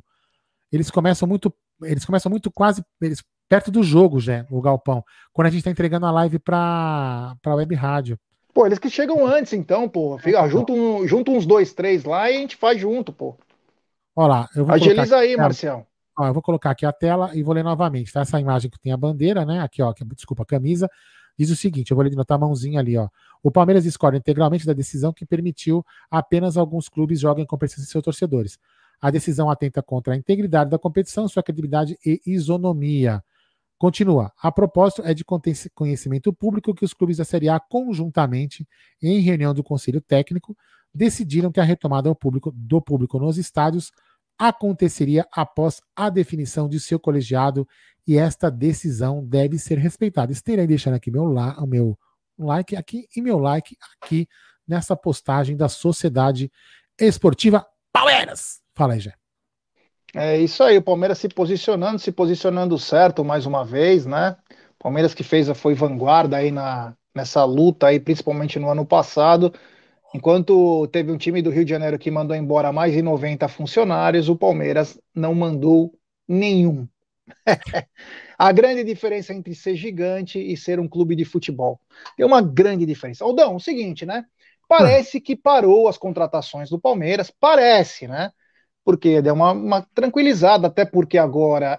muito quase perto do jogo, já, o Galpão, quando a gente tá entregando a live pra web rádio. Pô, eles que chegam antes, então, pô. Junta uns 2, 3 lá e a gente faz junto, pô. Olha lá, eu vou agiliza aí, Marcelo. Eu vou colocar aqui a tela e vou ler novamente, tá? Essa imagem que tem a bandeira, né? Aqui, ó, desculpa, a camisa. Diz o seguinte, eu vou ler de notar a mãozinha ali, ó. O Palmeiras discorda integralmente da decisão que permitiu apenas alguns clubes joguem com presença de seus torcedores. A decisão atenta contra a integridade da competição, sua credibilidade e isonomia. Continua. A propósito, é de conhecimento público que os clubes da Série A, conjuntamente, em reunião do Conselho Técnico, decidiram que a retomada do público nos estádios aconteceria após a definição de seu colegiado, e esta decisão deve ser respeitada. Estarei deixando aqui o meu like aqui e meu like aqui nessa postagem da Sociedade Esportiva Palmeiras. Fala aí, Jé. É isso aí, o Palmeiras se posicionando certo mais uma vez, né? Palmeiras que foi vanguarda aí nessa luta aí, principalmente no ano passado. Enquanto teve um time do Rio de Janeiro que mandou embora mais de 90 funcionários, o Palmeiras não mandou nenhum. A grande diferença entre ser gigante e ser um clube de futebol. Tem uma grande diferença. Aldão, o seguinte, né? Parece que parou as contratações do Palmeiras, parece, né? Porque deu uma tranquilizada, até porque agora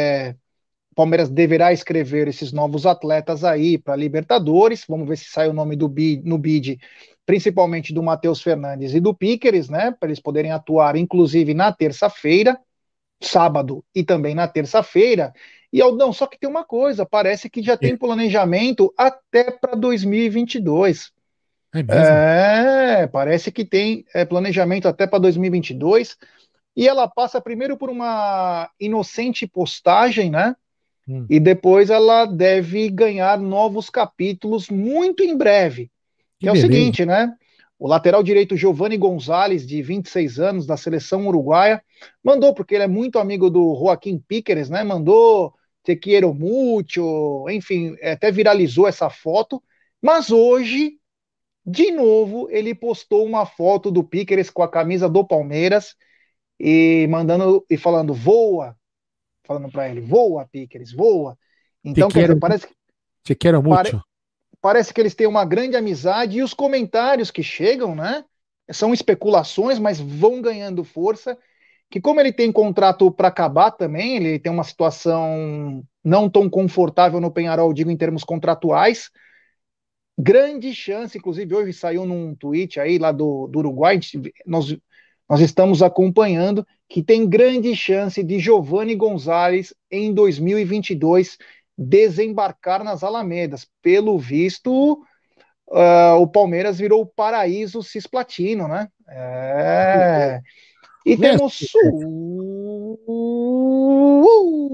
o Palmeiras deverá escrever esses novos atletas aí para Libertadores. Vamos ver se sai o nome no bid, principalmente do Matheus Fernandes e do Píqueres, né? Para eles poderem atuar, inclusive, na terça-feira, sábado e também na terça-feira. E Aldão, só que tem uma coisa, parece que já tem planejamento até para 2022. É mesmo? Parece que tem planejamento até para 2022. E ela passa primeiro por uma inocente postagem, né? E depois ela deve ganhar novos capítulos muito em breve. Que é o seguinte, né? O lateral direito Giovanni Gonzalez, de 26 anos, da seleção uruguaia, mandou, porque ele é muito amigo do Joaquim Píqueres, né? Mandou Te quiero mucho, enfim, até viralizou essa foto. Mas hoje, de novo, ele postou uma foto do Píqueres com a camisa do Palmeiras e falando, voa, falando para ele, voa, Píqueres, voa. Então, quer dizer, parece que te quero muito. Parece que eles têm uma grande amizade e os comentários que chegam, né, são especulações, mas vão ganhando força, que como ele tem contrato para acabar também, ele tem uma situação não tão confortável no Peñarol, digo em termos contratuais, grande chance, inclusive hoje saiu num tweet aí lá do Uruguai, nós estamos acompanhando, que tem grande chance de Giovanni Gonzalez em 2022 desembarcar nas Alamedas. Pelo visto, o Palmeiras virou o paraíso cisplatino, né? E temos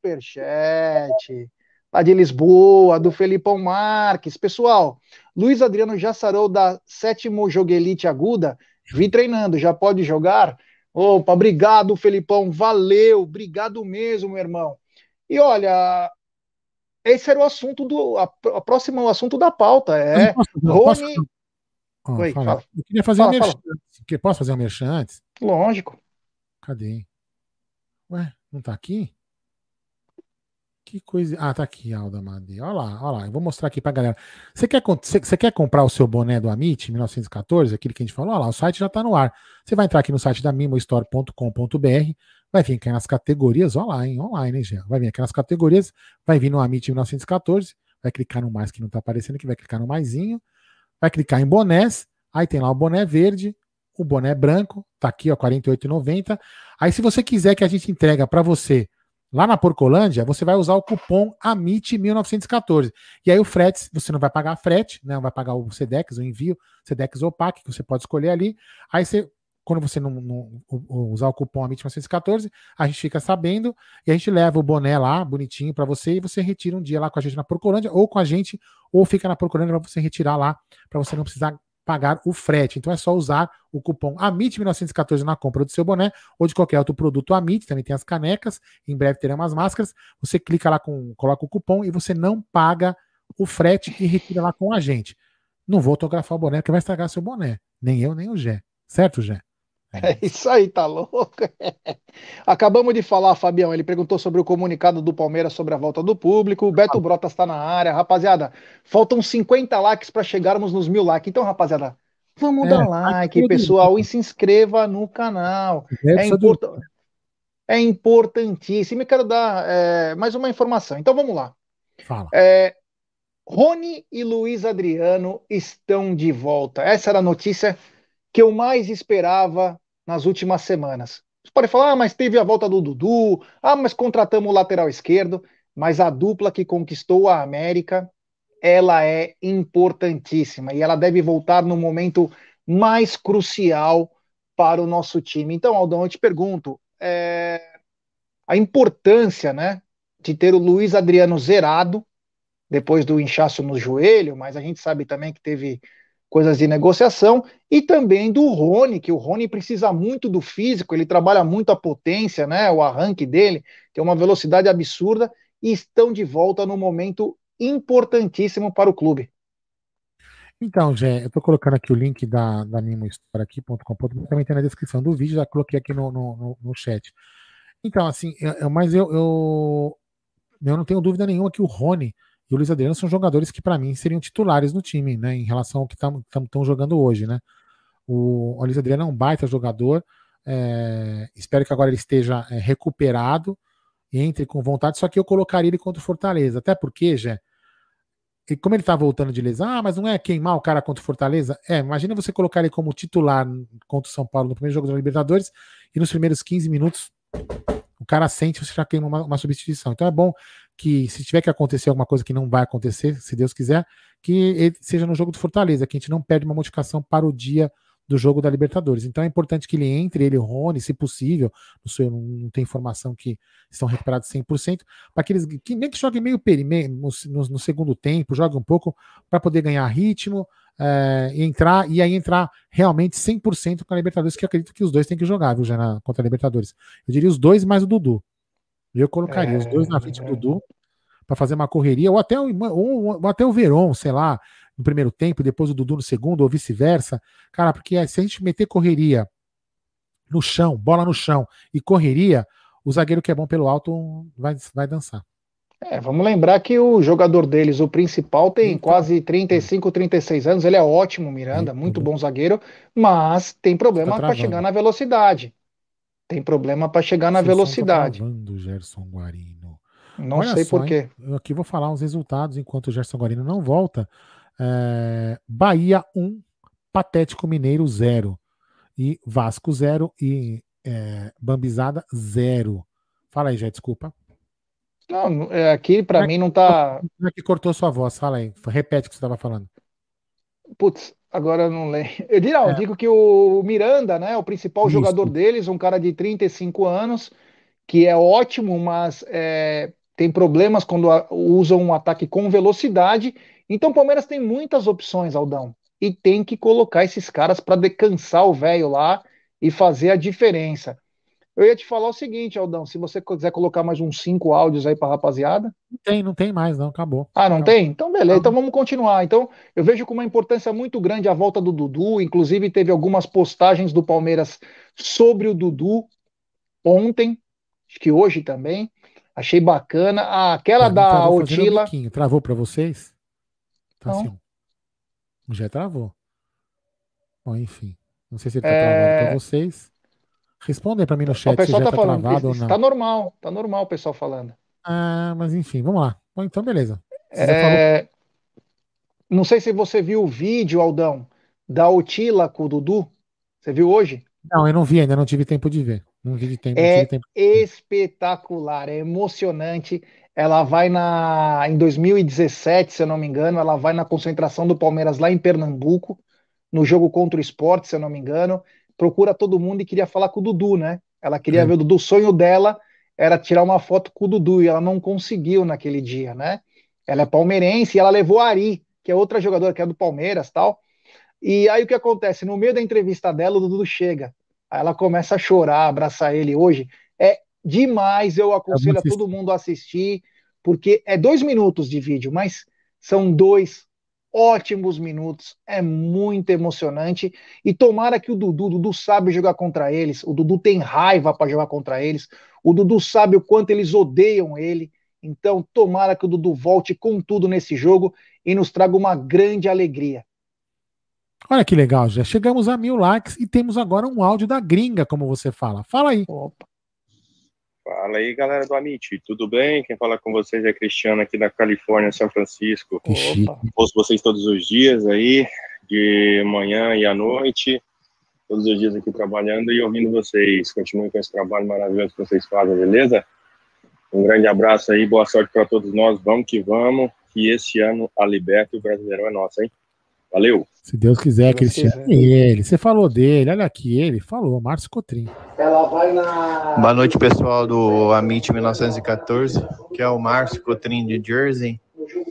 superchat lá de Lisboa, do Felipão Marques. Pessoal, Luiz Adriano já sarou da 7º Joguelite Aguda? Vi treinando, já pode jogar? Opa, obrigado, Felipão, valeu, obrigado mesmo, meu irmão. E olha, esse era o assunto a próximo assunto da pauta, Rony... Oi, fala. Eu queria fazer um merchan. Posso fazer um merchan antes? Lógico. Cadê? Ué, não tá aqui? Que coisa. Ah, tá aqui, Alda Madeira. Olha lá. Eu vou mostrar aqui pra galera. Você quer comprar o seu boné do Amit 1914, aquele que a gente falou? Olha lá, o site já tá no ar. Você vai entrar aqui no site da mimostore.com.br, vai vir aqui nas categorias, olha lá, hein? Online, hein, Jean? Vai vir aqui nas categorias, vai vir no Amit 1914, vai clicar no mais que não tá aparecendo aqui, vai clicar no maisinho, vai clicar em bonés, aí tem lá o boné verde, o boné branco, tá aqui, ó, R$ 48,90. Aí se você quiser que a gente entrega para você lá na Porcolândia, você vai usar o cupom AMIT1914. E aí o frete, você não vai pagar frete, né? Não vai pagar o Sedex, o envio, Sedex ou PAC, que você pode escolher ali. Aí você, quando você não usar o cupom AMIT1914, a gente fica sabendo e a gente leva o boné lá, bonitinho, para você, e você retira um dia lá com a gente na Porcolândia, ou com a gente, ou fica na Porcolândia para você retirar lá, para você não precisar pagar o frete. Então é só usar o cupom AMIT1914 na compra do seu boné ou de qualquer outro produto AMIT. Também tem as canecas, em breve teremos as máscaras. Você clica lá, coloca o cupom e você não paga o frete e retira lá com a gente. Não vou autografar o boné porque vai estragar seu boné. Nem eu, nem o Gé. Certo, Gé? É isso aí, tá louco? Acabamos de falar, Fabião, ele perguntou sobre o comunicado do Palmeiras sobre a volta do público, o Beto Brotas tá na área, rapaziada, faltam 50 likes para chegarmos nos 1000 likes, então, rapaziada, vamos dar like, pessoal, e se inscreva no canal, é importantíssimo, e quero dar mais uma informação, então vamos lá. Fala. Rony e Luiz Adriano estão de volta, essa era a notícia que eu mais esperava nas últimas semanas. Você pode falar, mas teve a volta do Dudu, mas contratamos o lateral esquerdo, mas a dupla que conquistou a América, ela é importantíssima e ela deve voltar no momento mais crucial para o nosso time. Então, Aldão, eu te pergunto, a importância, né, de ter o Luiz Adriano zerado, depois do inchaço no joelho, mas a gente sabe também que teve coisas de negociação, e também do Rony, que o Rony precisa muito do físico, ele trabalha muito a potência, né, o arranque dele, tem uma velocidade absurda, e estão de volta no momento importantíssimo para o clube. Então, Gé, eu tô colocando aqui o link da mimohistoria.com.br, também tem na descrição do vídeo, já coloquei aqui no chat. Então, assim, mas eu não tenho dúvida nenhuma que o Rony e o Luiz Adriano são jogadores que, para mim, seriam titulares no time, né? Em relação ao que estão jogando hoje, né? O Luiz Adriano é um baita jogador. Espero que agora ele esteja recuperado, entre com vontade. Só que eu colocaria ele contra o Fortaleza. Até porque, Jé, como ele tá voltando de lesão, mas não é queimar o cara contra o Fortaleza? Imagina você colocar ele como titular contra o São Paulo no primeiro jogo da Libertadores e nos primeiros 15 minutos o cara sente, você já queima uma substituição. Então é bom que, se tiver que acontecer alguma coisa que não vai acontecer, se Deus quiser, que ele seja no jogo do Fortaleza, que a gente não perde uma modificação para o dia do jogo da Libertadores. Então é importante que ele entre, ele e o Rony, se possível, não tem informação que estão recuperados 100%, para que eles nem que joguem meio no segundo tempo, joguem um pouco para poder ganhar ritmo, e aí entrar realmente 100% com a Libertadores, que eu acredito que os dois têm que jogar, viu, já contra a Libertadores. Eu diria os dois mais o Dudu. Eu colocaria os dois na frente do Dudu para fazer uma correria, ou até o Verón, sei lá, no primeiro tempo, depois o Dudu no segundo, ou vice-versa. Cara, porque se a gente meter correria no chão, bola no chão e correria, o zagueiro que é bom pelo alto vai dançar. Vamos lembrar que o jogador deles, o principal, tem quase 35, 36 anos, ele é ótimo, Miranda, muito bom zagueiro, mas tem problema para chegar na velocidade. Tem problema para chegar na velocidade. Tá travando, Gerson Guarino. Não Olha sei por quê. Eu aqui vou falar uns resultados enquanto o Gerson Guarino não volta. Bahia 1, Patético Mineiro 0. E Vasco 0 e Bambizada 0. Fala aí, Jé, desculpa. Não, aqui para mim não tá. Como é que cortou sua voz? Fala aí, repete o que você estava falando. Putz, agora eu não lembro. Eu digo que o Miranda, né, o principal jogador deles, um cara de 35 anos, que é ótimo, mas tem problemas quando usam um ataque com velocidade. Então o Palmeiras tem muitas opções, Aldão, e tem que colocar esses caras para descansar o velho lá e fazer a diferença. Eu ia te falar o seguinte, Aldão, se você quiser colocar mais uns 5 áudios aí pra rapaziada. Não tem mais, não, acabou. Ah, não acabou. tem? Então beleza, então vamos continuar. Então eu vejo com uma importância muito grande a volta do Dudu, inclusive teve algumas postagens do Palmeiras sobre o Dudu ontem, acho que hoje também, achei bacana. Aquela da Otila... Travou pra vocês? Tá Não. assim, já travou. Bom, enfim, não sei se ele tá travado pra vocês. Respondem pra mim no chat se já tá travado ou não. Tá normal o pessoal falando. Ah, mas enfim, vamos lá. Bom, então beleza. Não sei se você viu o vídeo, Aldão, da Otila com o Dudu. Você viu hoje? Não, eu não vi ainda, não tive tempo de ver. Não tive tempo. Espetacular, é emocionante. Ela vai em 2017, se eu não me engano, ela vai na concentração do Palmeiras lá em Pernambuco, no jogo contra o Sport, se eu não me engano. Procura todo mundo e queria falar com o Dudu, né? Ela queria ver o Dudu. O sonho dela era tirar uma foto com o Dudu e ela não conseguiu naquele dia, né? Ela é palmeirense e ela levou a Ari, que é outra jogadora que é do Palmeiras, tal. E aí o que acontece? No meio da entrevista dela, o Dudu chega. Aí ela começa a chorar, abraçar ele hoje. É demais, eu aconselho a todo mundo a assistir, porque é 2 minutos de vídeo, mas são 2 ótimos minutos, é muito emocionante, e tomara que o Dudu sabe jogar contra eles, o Dudu tem raiva para jogar contra eles, o Dudu sabe o quanto eles odeiam ele, então tomara que o Dudu volte com tudo nesse jogo e nos traga uma grande alegria. Olha que legal, já chegamos a 1000 likes e temos agora um áudio da gringa, como você fala. Fala aí. Opa. Fala aí, galera do Amit, tudo bem? Quem fala com vocês é Cristiano aqui da Califórnia, São Francisco. Ouço vocês todos os dias aí, de manhã e à noite, todos os dias aqui trabalhando e ouvindo vocês. Continuem com esse trabalho maravilhoso que vocês fazem, beleza? Um grande abraço aí, boa sorte para todos nós, vamos, que esse ano a Liberta e o Brasileirão é nosso, hein? Valeu! Se Deus quiser, Cristiano. Ele, você falou dele, olha aqui, ele falou, Márcio Cotrim. Ela vai na... Boa noite, pessoal do Amit 1914, que é o Márcio Cotrim de Jersey.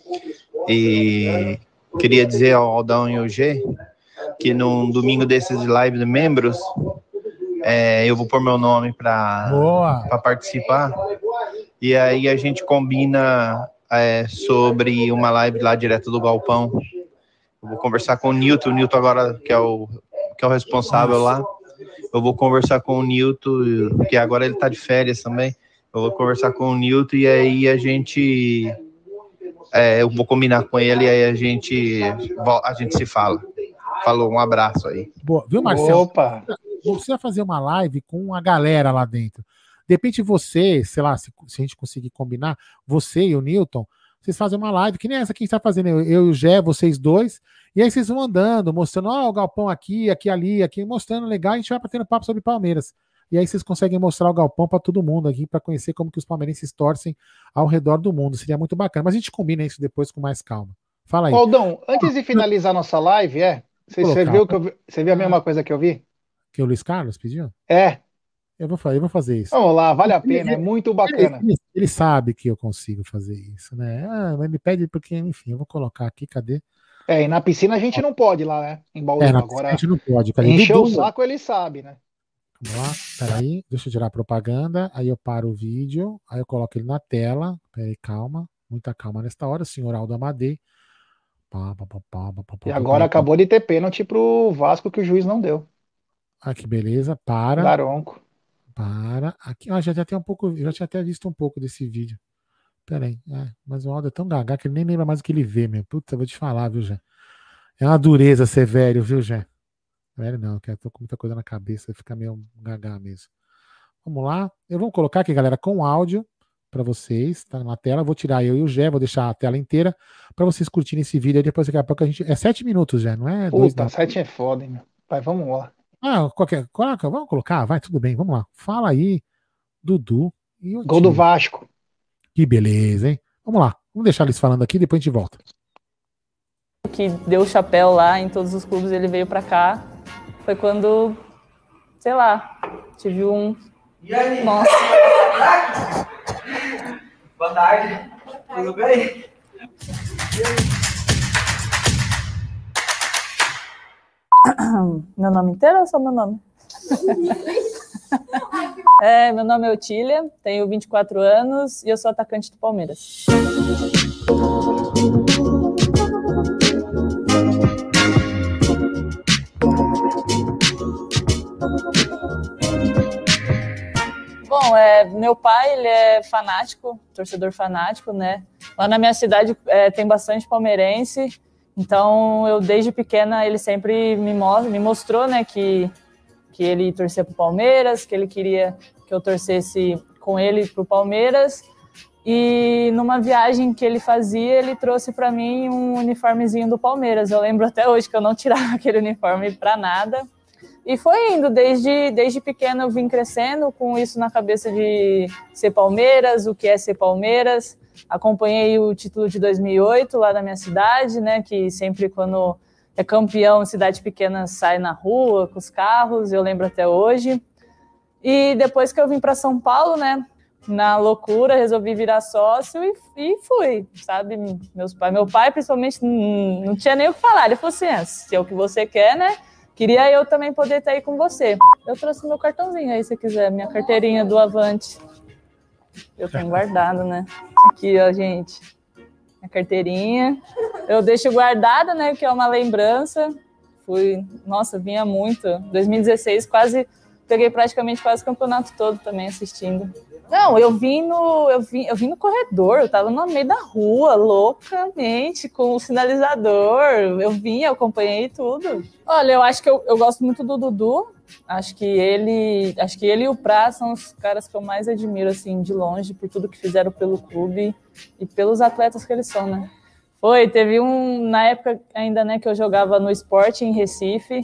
E queria dizer ao Aldão e ao G que num domingo desses de live de membros, eu vou pôr meu nome para participar. E aí a gente combina sobre uma live lá direto do Galpão. Eu vou conversar com o Nilton agora, que é o responsável lá. Eu vou conversar com o Nilton, que agora ele tá de férias também. Eu vou conversar com o Nilton e aí a gente... eu vou combinar com ele e aí a gente se fala. Falou, um abraço aí. Boa, viu, Marcelo? Opa! Você vai fazer uma live com a galera lá dentro. De repente você, sei lá, se a gente conseguir combinar, você e o Nilton, vocês fazem uma live, que nem essa que a gente tá fazendo, eu e o Gé, vocês dois, e aí vocês vão andando, mostrando, o galpão aqui, ali, mostrando legal, e a gente vai batendo papo sobre Palmeiras. E aí vocês conseguem mostrar o galpão para todo mundo aqui, para conhecer como que os palmeirenses torcem ao redor do mundo. Seria muito bacana. Mas a gente combina isso depois com mais calma. Fala aí. Aldão, antes de finalizar nossa live, você viu a mesma coisa que eu vi? Que o Luiz Carlos pediu? É. Eu vou fazer isso. Vamos lá, vale a pena, é muito bacana. Ele sabe que eu consigo fazer isso, né? Mas me pede porque, enfim, eu vou colocar aqui, cadê? E na piscina a gente não pode lá, né? Em Bauru. Agora, a gente não pode. Encher o saco, ele sabe, né? Vamos lá, peraí, deixa eu tirar a propaganda, aí eu paro o vídeo, aí eu coloco ele na tela, peraí, calma, muita calma nesta hora, senhor Aldo Amadei. E agora acabou de ter pênalti pro Vasco que o juiz não deu. Ah, que beleza, para. Daronco. Para. Aqui, já tem um pouco, eu já tinha até visto um pouco desse vídeo. Peraí, mas o Aldo é tão gaga que ele nem lembra mais o que ele vê, meu. Puta, eu vou te falar, viu, Jé? É uma dureza ser velho, viu, Jé? Velho não, que eu tô com muita coisa na cabeça, fica meio gaga mesmo. Vamos lá. Eu vou colocar aqui, galera, com áudio para vocês, tá na tela. Vou tirar eu e o Jé, vou deixar a tela inteira para vocês curtirem esse vídeo aí. Depois, daqui a pouco, a gente. É 7 minutos, Jé, não é? Puta, 7 é foda, hein, meu. Vai, vamos lá. Vamos colocar, vai, tudo bem, vamos lá. Fala aí, Dudu e o gol do Vasco. Que beleza, hein? Vamos lá, vamos deixar eles falando aqui, depois a gente volta. Que deu o chapéu lá em todos os clubes, ele veio pra cá. Foi quando, sei lá, tive um... Nossa. Boa tarde. Tudo bem? Meu nome inteiro ou só meu nome? Meu nome é Otília, tenho 24 anos e eu sou atacante do Palmeiras. Bom, meu pai, ele é fanático, torcedor fanático, né? Lá na minha cidade tem bastante palmeirense, então eu desde pequena ele sempre me mostrou, né, que ele torcia pro Palmeiras, que ele queria que eu torcesse com ele pro Palmeiras. E numa viagem que ele fazia, ele trouxe para mim um uniformezinho do Palmeiras. Eu lembro até hoje que eu não tirava aquele uniforme para nada. E foi indo, desde pequeno eu vim crescendo com isso na cabeça de ser Palmeiras, o que é ser Palmeiras. Acompanhei o título de 2008 lá da minha cidade, né, que sempre quando é campeão, cidade pequena sai na rua com os carros, eu lembro até hoje. E depois que eu vim para São Paulo, né, na loucura, resolvi virar sócio e fui, sabe? Meu pai principalmente não tinha nem o que falar, ele falou assim, se é o que você quer, né, queria eu também poder estar aí com você. Eu trouxe meu cartãozinho aí, se quiser, minha carteirinha do Avante. Eu tenho guardado, né? Aqui, ó, gente. Minha carteirinha. Eu deixo guardada, né? Que é uma lembrança. Nossa, vinha muito. 2016, peguei praticamente quase o campeonato todo também assistindo. Não, eu vim no corredor, eu tava no meio da rua, loucamente, com o sinalizador. Eu acompanhei tudo. Olha, eu acho que eu gosto muito do Dudu. Acho que ele e o Prá são os caras que eu mais admiro, assim, de longe, por tudo que fizeram pelo clube e pelos atletas que eles são, né? Teve na época ainda, né, que eu jogava no Sport em Recife,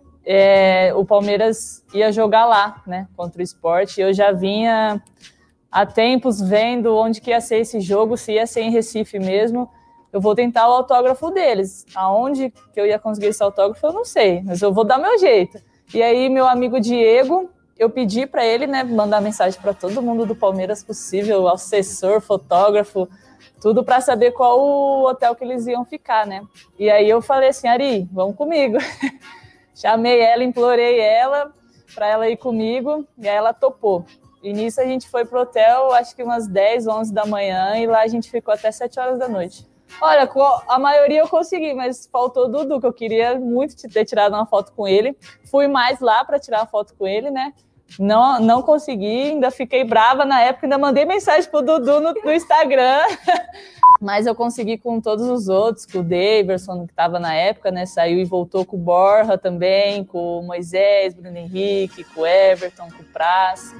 o Palmeiras ia jogar lá, né, contra o Sport, e eu já vinha há tempos vendo onde que ia ser esse jogo, se ia ser em Recife mesmo. Eu vou tentar o autógrafo deles. Aonde que eu ia conseguir esse autógrafo, eu não sei, mas eu vou dar meu jeito. E aí, meu amigo Diego, eu pedi para ele, né, mandar mensagem para todo mundo do Palmeiras possível, assessor, fotógrafo, tudo para saber qual o hotel que eles iam ficar, né? E aí eu falei assim, Ari, vamos comigo. Chamei ela, implorei ela para ela ir comigo, e aí ela topou. E nisso a gente foi pro hotel, acho que umas 10, 11 da manhã, e lá a gente ficou até 7 horas da noite. Olha, a maioria eu consegui, mas faltou o Dudu, que eu queria muito ter tirado uma foto com ele. Fui mais lá para tirar uma foto com ele, né? Não consegui, ainda fiquei brava na época, ainda mandei mensagem pro Dudu no Instagram. Mas eu consegui com todos os outros, com o Daverson, que estava na época, né? Saiu e voltou com o Borja também, com o Moisés, Bruno Henrique, com o Everton, com o Praz.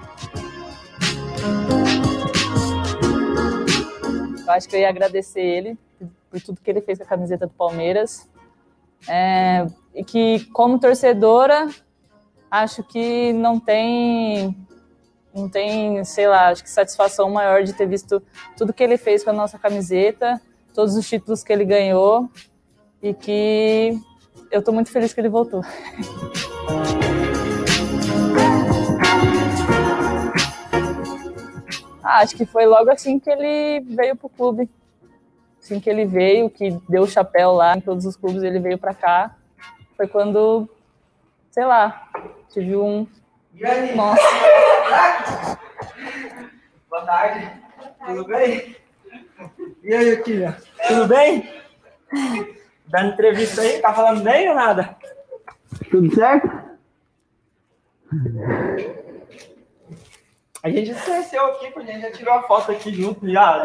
Eu acho que eu ia agradecer ele por tudo que ele fez com a camiseta do Palmeiras. E que, como torcedora, acho que não tem, sei lá, acho que satisfação maior de ter visto tudo que ele fez com a nossa camiseta, todos os títulos que ele ganhou, e que eu estou muito feliz que ele voltou. Acho que foi logo assim que ele veio pro clube. Assim que ele veio, que deu o chapéu lá em todos os clubes, ele veio para cá. Foi quando, sei lá, tive um... Nossa. Boa tarde. Tudo bem? E aí, Otília? Tudo bem? Dando entrevista aí? Tá falando bem ou nada? Tudo certo? A gente se conheceu aqui, porque a gente já tirou a foto aqui junto já.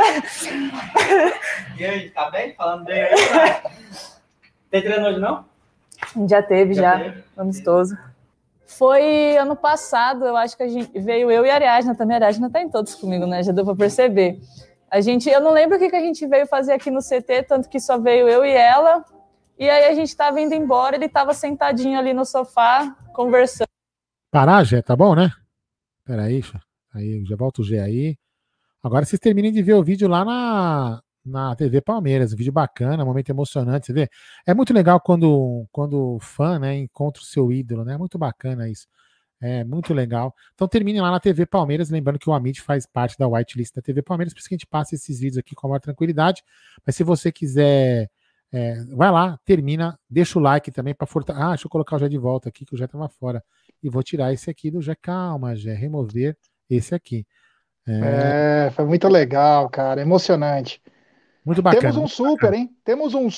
E aí, tá bem? Falando bem aí? Tem treino hoje, não? Já teve. Amistoso. Foi ano passado, eu acho que veio eu e a Ariadna também. A Ariadna tá em todos comigo, né? Já deu pra perceber. Eu não lembro o que a gente veio fazer aqui no CT, tanto que só veio eu e ela. E aí a gente tava indo embora, ele tava sentadinho ali no sofá, conversando. Parar, Gé, tá bom, né? Peraí, aí, já volta o G aí. Agora vocês terminem de ver o vídeo lá na TV Palmeiras, um vídeo bacana, um momento emocionante, você vê? É muito legal quando o fã, né, encontra o seu ídolo, né? É muito bacana isso. É muito legal. Então termine lá na TV Palmeiras, lembrando que o Amit faz parte da whitelist da TV Palmeiras, por isso que a gente passa esses vídeos aqui com a maior tranquilidade. Mas se você quiser, vai lá, termina, deixa o like também para fortalecer. Deixa eu colocar o Jé de volta aqui, que o Jé estava fora. E vou tirar esse aqui do Jé. Calma, Jé, remover esse aqui. Foi muito legal, cara, emocionante. Muito bacana. Temos um super, hein? Temos um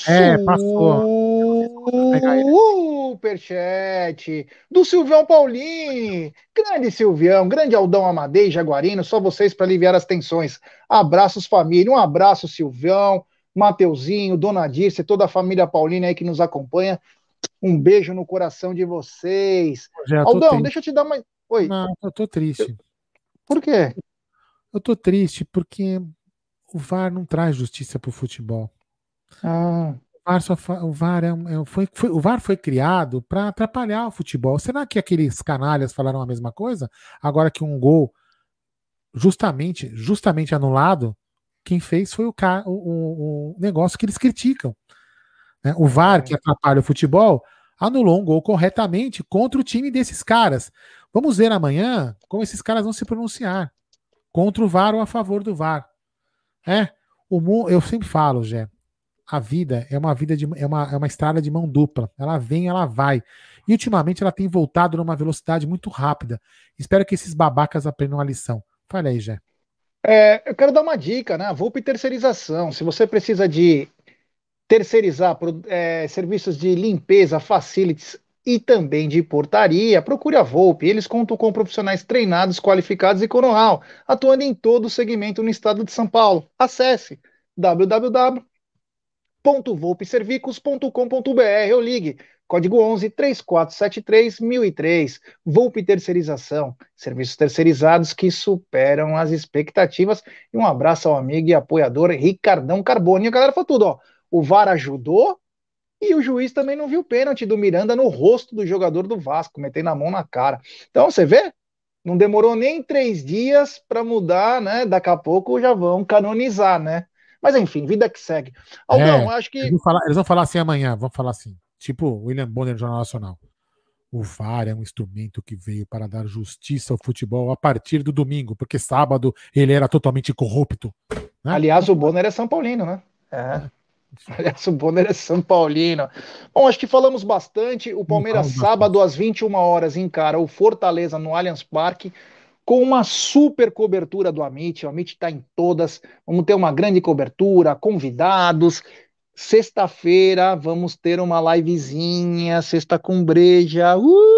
superchat do Silvião Paulin. Grande Silvião, grande Aldão Amadei, Jaguarino, só vocês para aliviar as tensões. Abraços, família. Um abraço, Silvião, Mateuzinho, Dona Dirce, toda a família Paulina aí que nos acompanha. Um beijo no coração de vocês. Aldão, deixa eu te dar uma... Oi. Não, eu tô triste. Por quê? Eu tô triste porque o VAR não traz justiça pro futebol. O VAR foi criado para atrapalhar o futebol. Será que aqueles canalhas falaram a mesma coisa? Agora que um gol justamente anulado, quem fez foi o negócio que eles criticam. Né? O VAR, que atrapalha o futebol, anulou um gol corretamente contra o time desses caras. Vamos ver amanhã como esses caras vão se pronunciar. Contra o VAR ou a favor do VAR. Eu sempre falo, Jé, a vida é uma estrada de mão dupla. Ela vem, ela vai. E ultimamente ela tem voltado numa velocidade muito rápida. Espero que esses babacas aprendam a lição. Fala aí, Jé. Eu quero dar uma dica, né? A Volpe Terceirização. Se você precisa de terceirizar serviços de limpeza, facilities e também de portaria, procure a Volpe. Eles contam com profissionais treinados, qualificados e com know-how, atuando em todo o segmento no estado de São Paulo. Acesse www.volpeservicos.com.br ou ligue código 11 3473 1003. Volpe Terceirização, serviços terceirizados que superam as expectativas. E um abraço ao amigo e apoiador Ricardão Carboni. A galera falou tudo, ó. O VAR ajudou e o juiz também não viu o pênalti do Miranda no rosto do jogador do Vasco, metendo a mão na cara. Então, você vê? Não demorou nem 3 dias para mudar, né? Daqui a pouco já vão canonizar, né? Mas enfim, vida que segue. Aldão, acho que... Eles vão falar assim amanhã, vão falar assim, tipo William Bonner no Jornal Nacional. O VAR é um instrumento que veio para dar justiça ao futebol a partir do domingo, porque sábado ele era totalmente corrupto. Né? Aliás, o Bonner é São Paulino, né? Aliás, o Bonner é São Paulino. Bom, acho que falamos bastante. O Palmeiras, sábado, às 21 horas, encara o Fortaleza no Allianz Parque, com uma super cobertura do Amit. O Amit está em todas. Vamos ter uma grande cobertura, convidados. Sexta-feira, vamos ter uma livezinha, sexta com breja.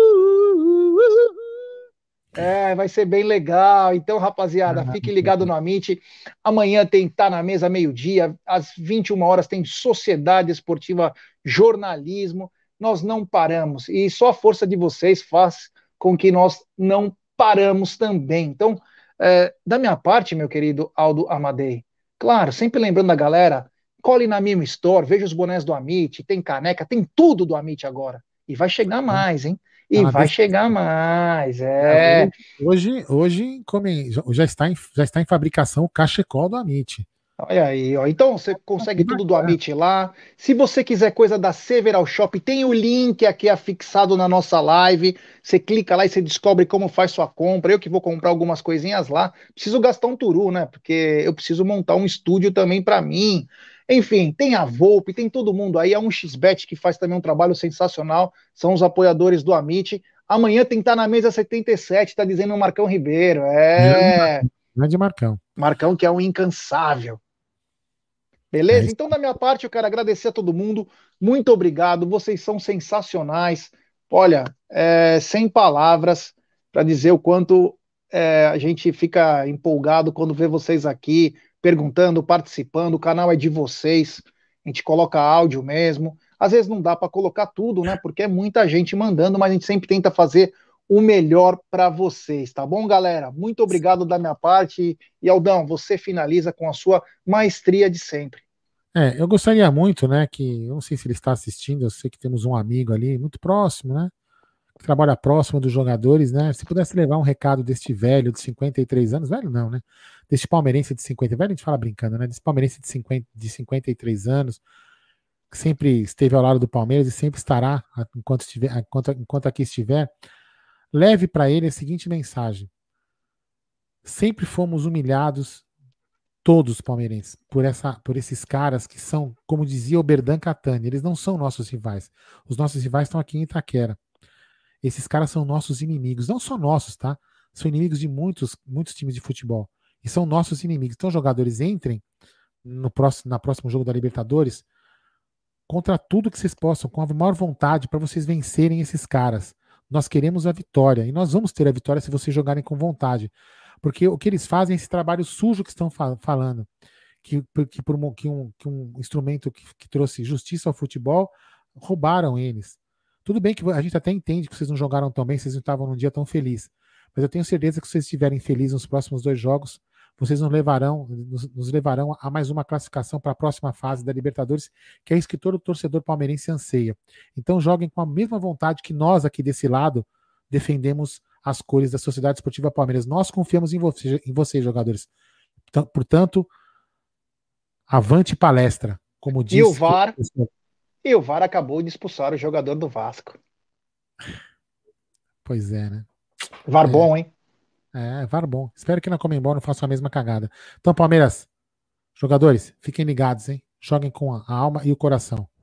Vai ser bem legal. Então, rapaziada, fique ligado no Amit. Amanhã tem Tá na Mesa, meio-dia. Às 21 horas tem Sociedade Esportiva Jornalismo. Nós não paramos. E só a força de vocês faz com que nós não paramos também. Então, da minha parte, meu querido Aldo Amadei, claro, sempre lembrando a galera, cole na Mimo Store, veja os bonés do Amit, tem caneca, tem tudo do Amit agora. E vai chegar mais, hein? E vai chegar mais, Hoje já está em fabricação o cachecol do Amit. Olha aí, ó. Então você consegue tudo do Amit lá. Se você quiser coisa da Several Shop, tem o link aqui afixado na nossa live. Você clica lá e você descobre como faz sua compra. Eu que vou comprar algumas coisinhas lá. Preciso gastar um turu, né? Porque eu preciso montar um estúdio também para mim. Enfim, tem a Volpe, tem todo mundo aí. A 1xBet que faz também um trabalho sensacional. São os apoiadores do Amit. Amanhã tem que estar na mesa 77, tá dizendo o Marcão Ribeiro. Grande Marcão. Marcão que é um incansável. Beleza? Então, da minha parte, eu quero agradecer a todo mundo. Muito obrigado. Vocês são sensacionais. Olha, sem palavras para dizer o quanto a gente fica empolgado quando vê vocês aqui perguntando, participando. O canal é de vocês. A gente coloca áudio mesmo. Às vezes não dá para colocar tudo, né? Porque é muita gente mandando, mas a gente sempre tenta fazer o melhor para vocês, tá bom, galera? Muito obrigado da minha parte. E Aldão, você finaliza com a sua maestria de sempre. Eu gostaria muito, né, que, eu não sei se ele está assistindo, eu sei que temos um amigo ali, muito próximo, né, que trabalha próximo dos jogadores, né, se pudesse levar um recado deste velho de 53 anos, velho não, né, deste palmeirense de 50, velho a gente fala brincando, né, desse palmeirense de 53 anos, que sempre esteve ao lado do Palmeiras e sempre estará, enquanto aqui estiver, leve para ele a seguinte mensagem. Sempre fomos humilhados, todos palmeirenses, por esses caras que são, como dizia o Berdan Catani, eles não são nossos rivais. Os nossos rivais estão aqui em Itaquera. Esses caras são nossos inimigos, não só nossos, tá? São inimigos de muitos times de futebol. E são nossos inimigos. Então, jogadores, entrem no próximo jogo da Libertadores contra tudo que vocês possam, com a maior vontade para vocês vencerem esses caras. Nós queremos a vitória. E nós vamos ter a vitória se vocês jogarem com vontade. Porque o que eles fazem é esse trabalho sujo que estão falando. Que um instrumento que trouxe justiça ao futebol, roubaram eles. Tudo bem que a gente até entende que vocês não jogaram tão bem, vocês não estavam num dia tão feliz. Mas eu tenho certeza que se vocês estiverem felizes nos próximos 2 jogos, vocês nos levarão a mais uma classificação para a próxima fase da Libertadores, que é isso que todo torcedor palmeirense anseia. Então joguem com a mesma vontade que nós aqui desse lado defendemos as cores da Sociedade Esportiva Palmeiras. Nós confiamos em vocês, jogadores. Portanto, avante palestra, como disse... E o VAR acabou de expulsar o jogador do Vasco. Pois é, né? VAR bom, hein? VAR bom. Espero que na Conmebol não faça a mesma cagada. Então, Palmeiras, jogadores, fiquem ligados, hein? Joguem com a alma e o coração.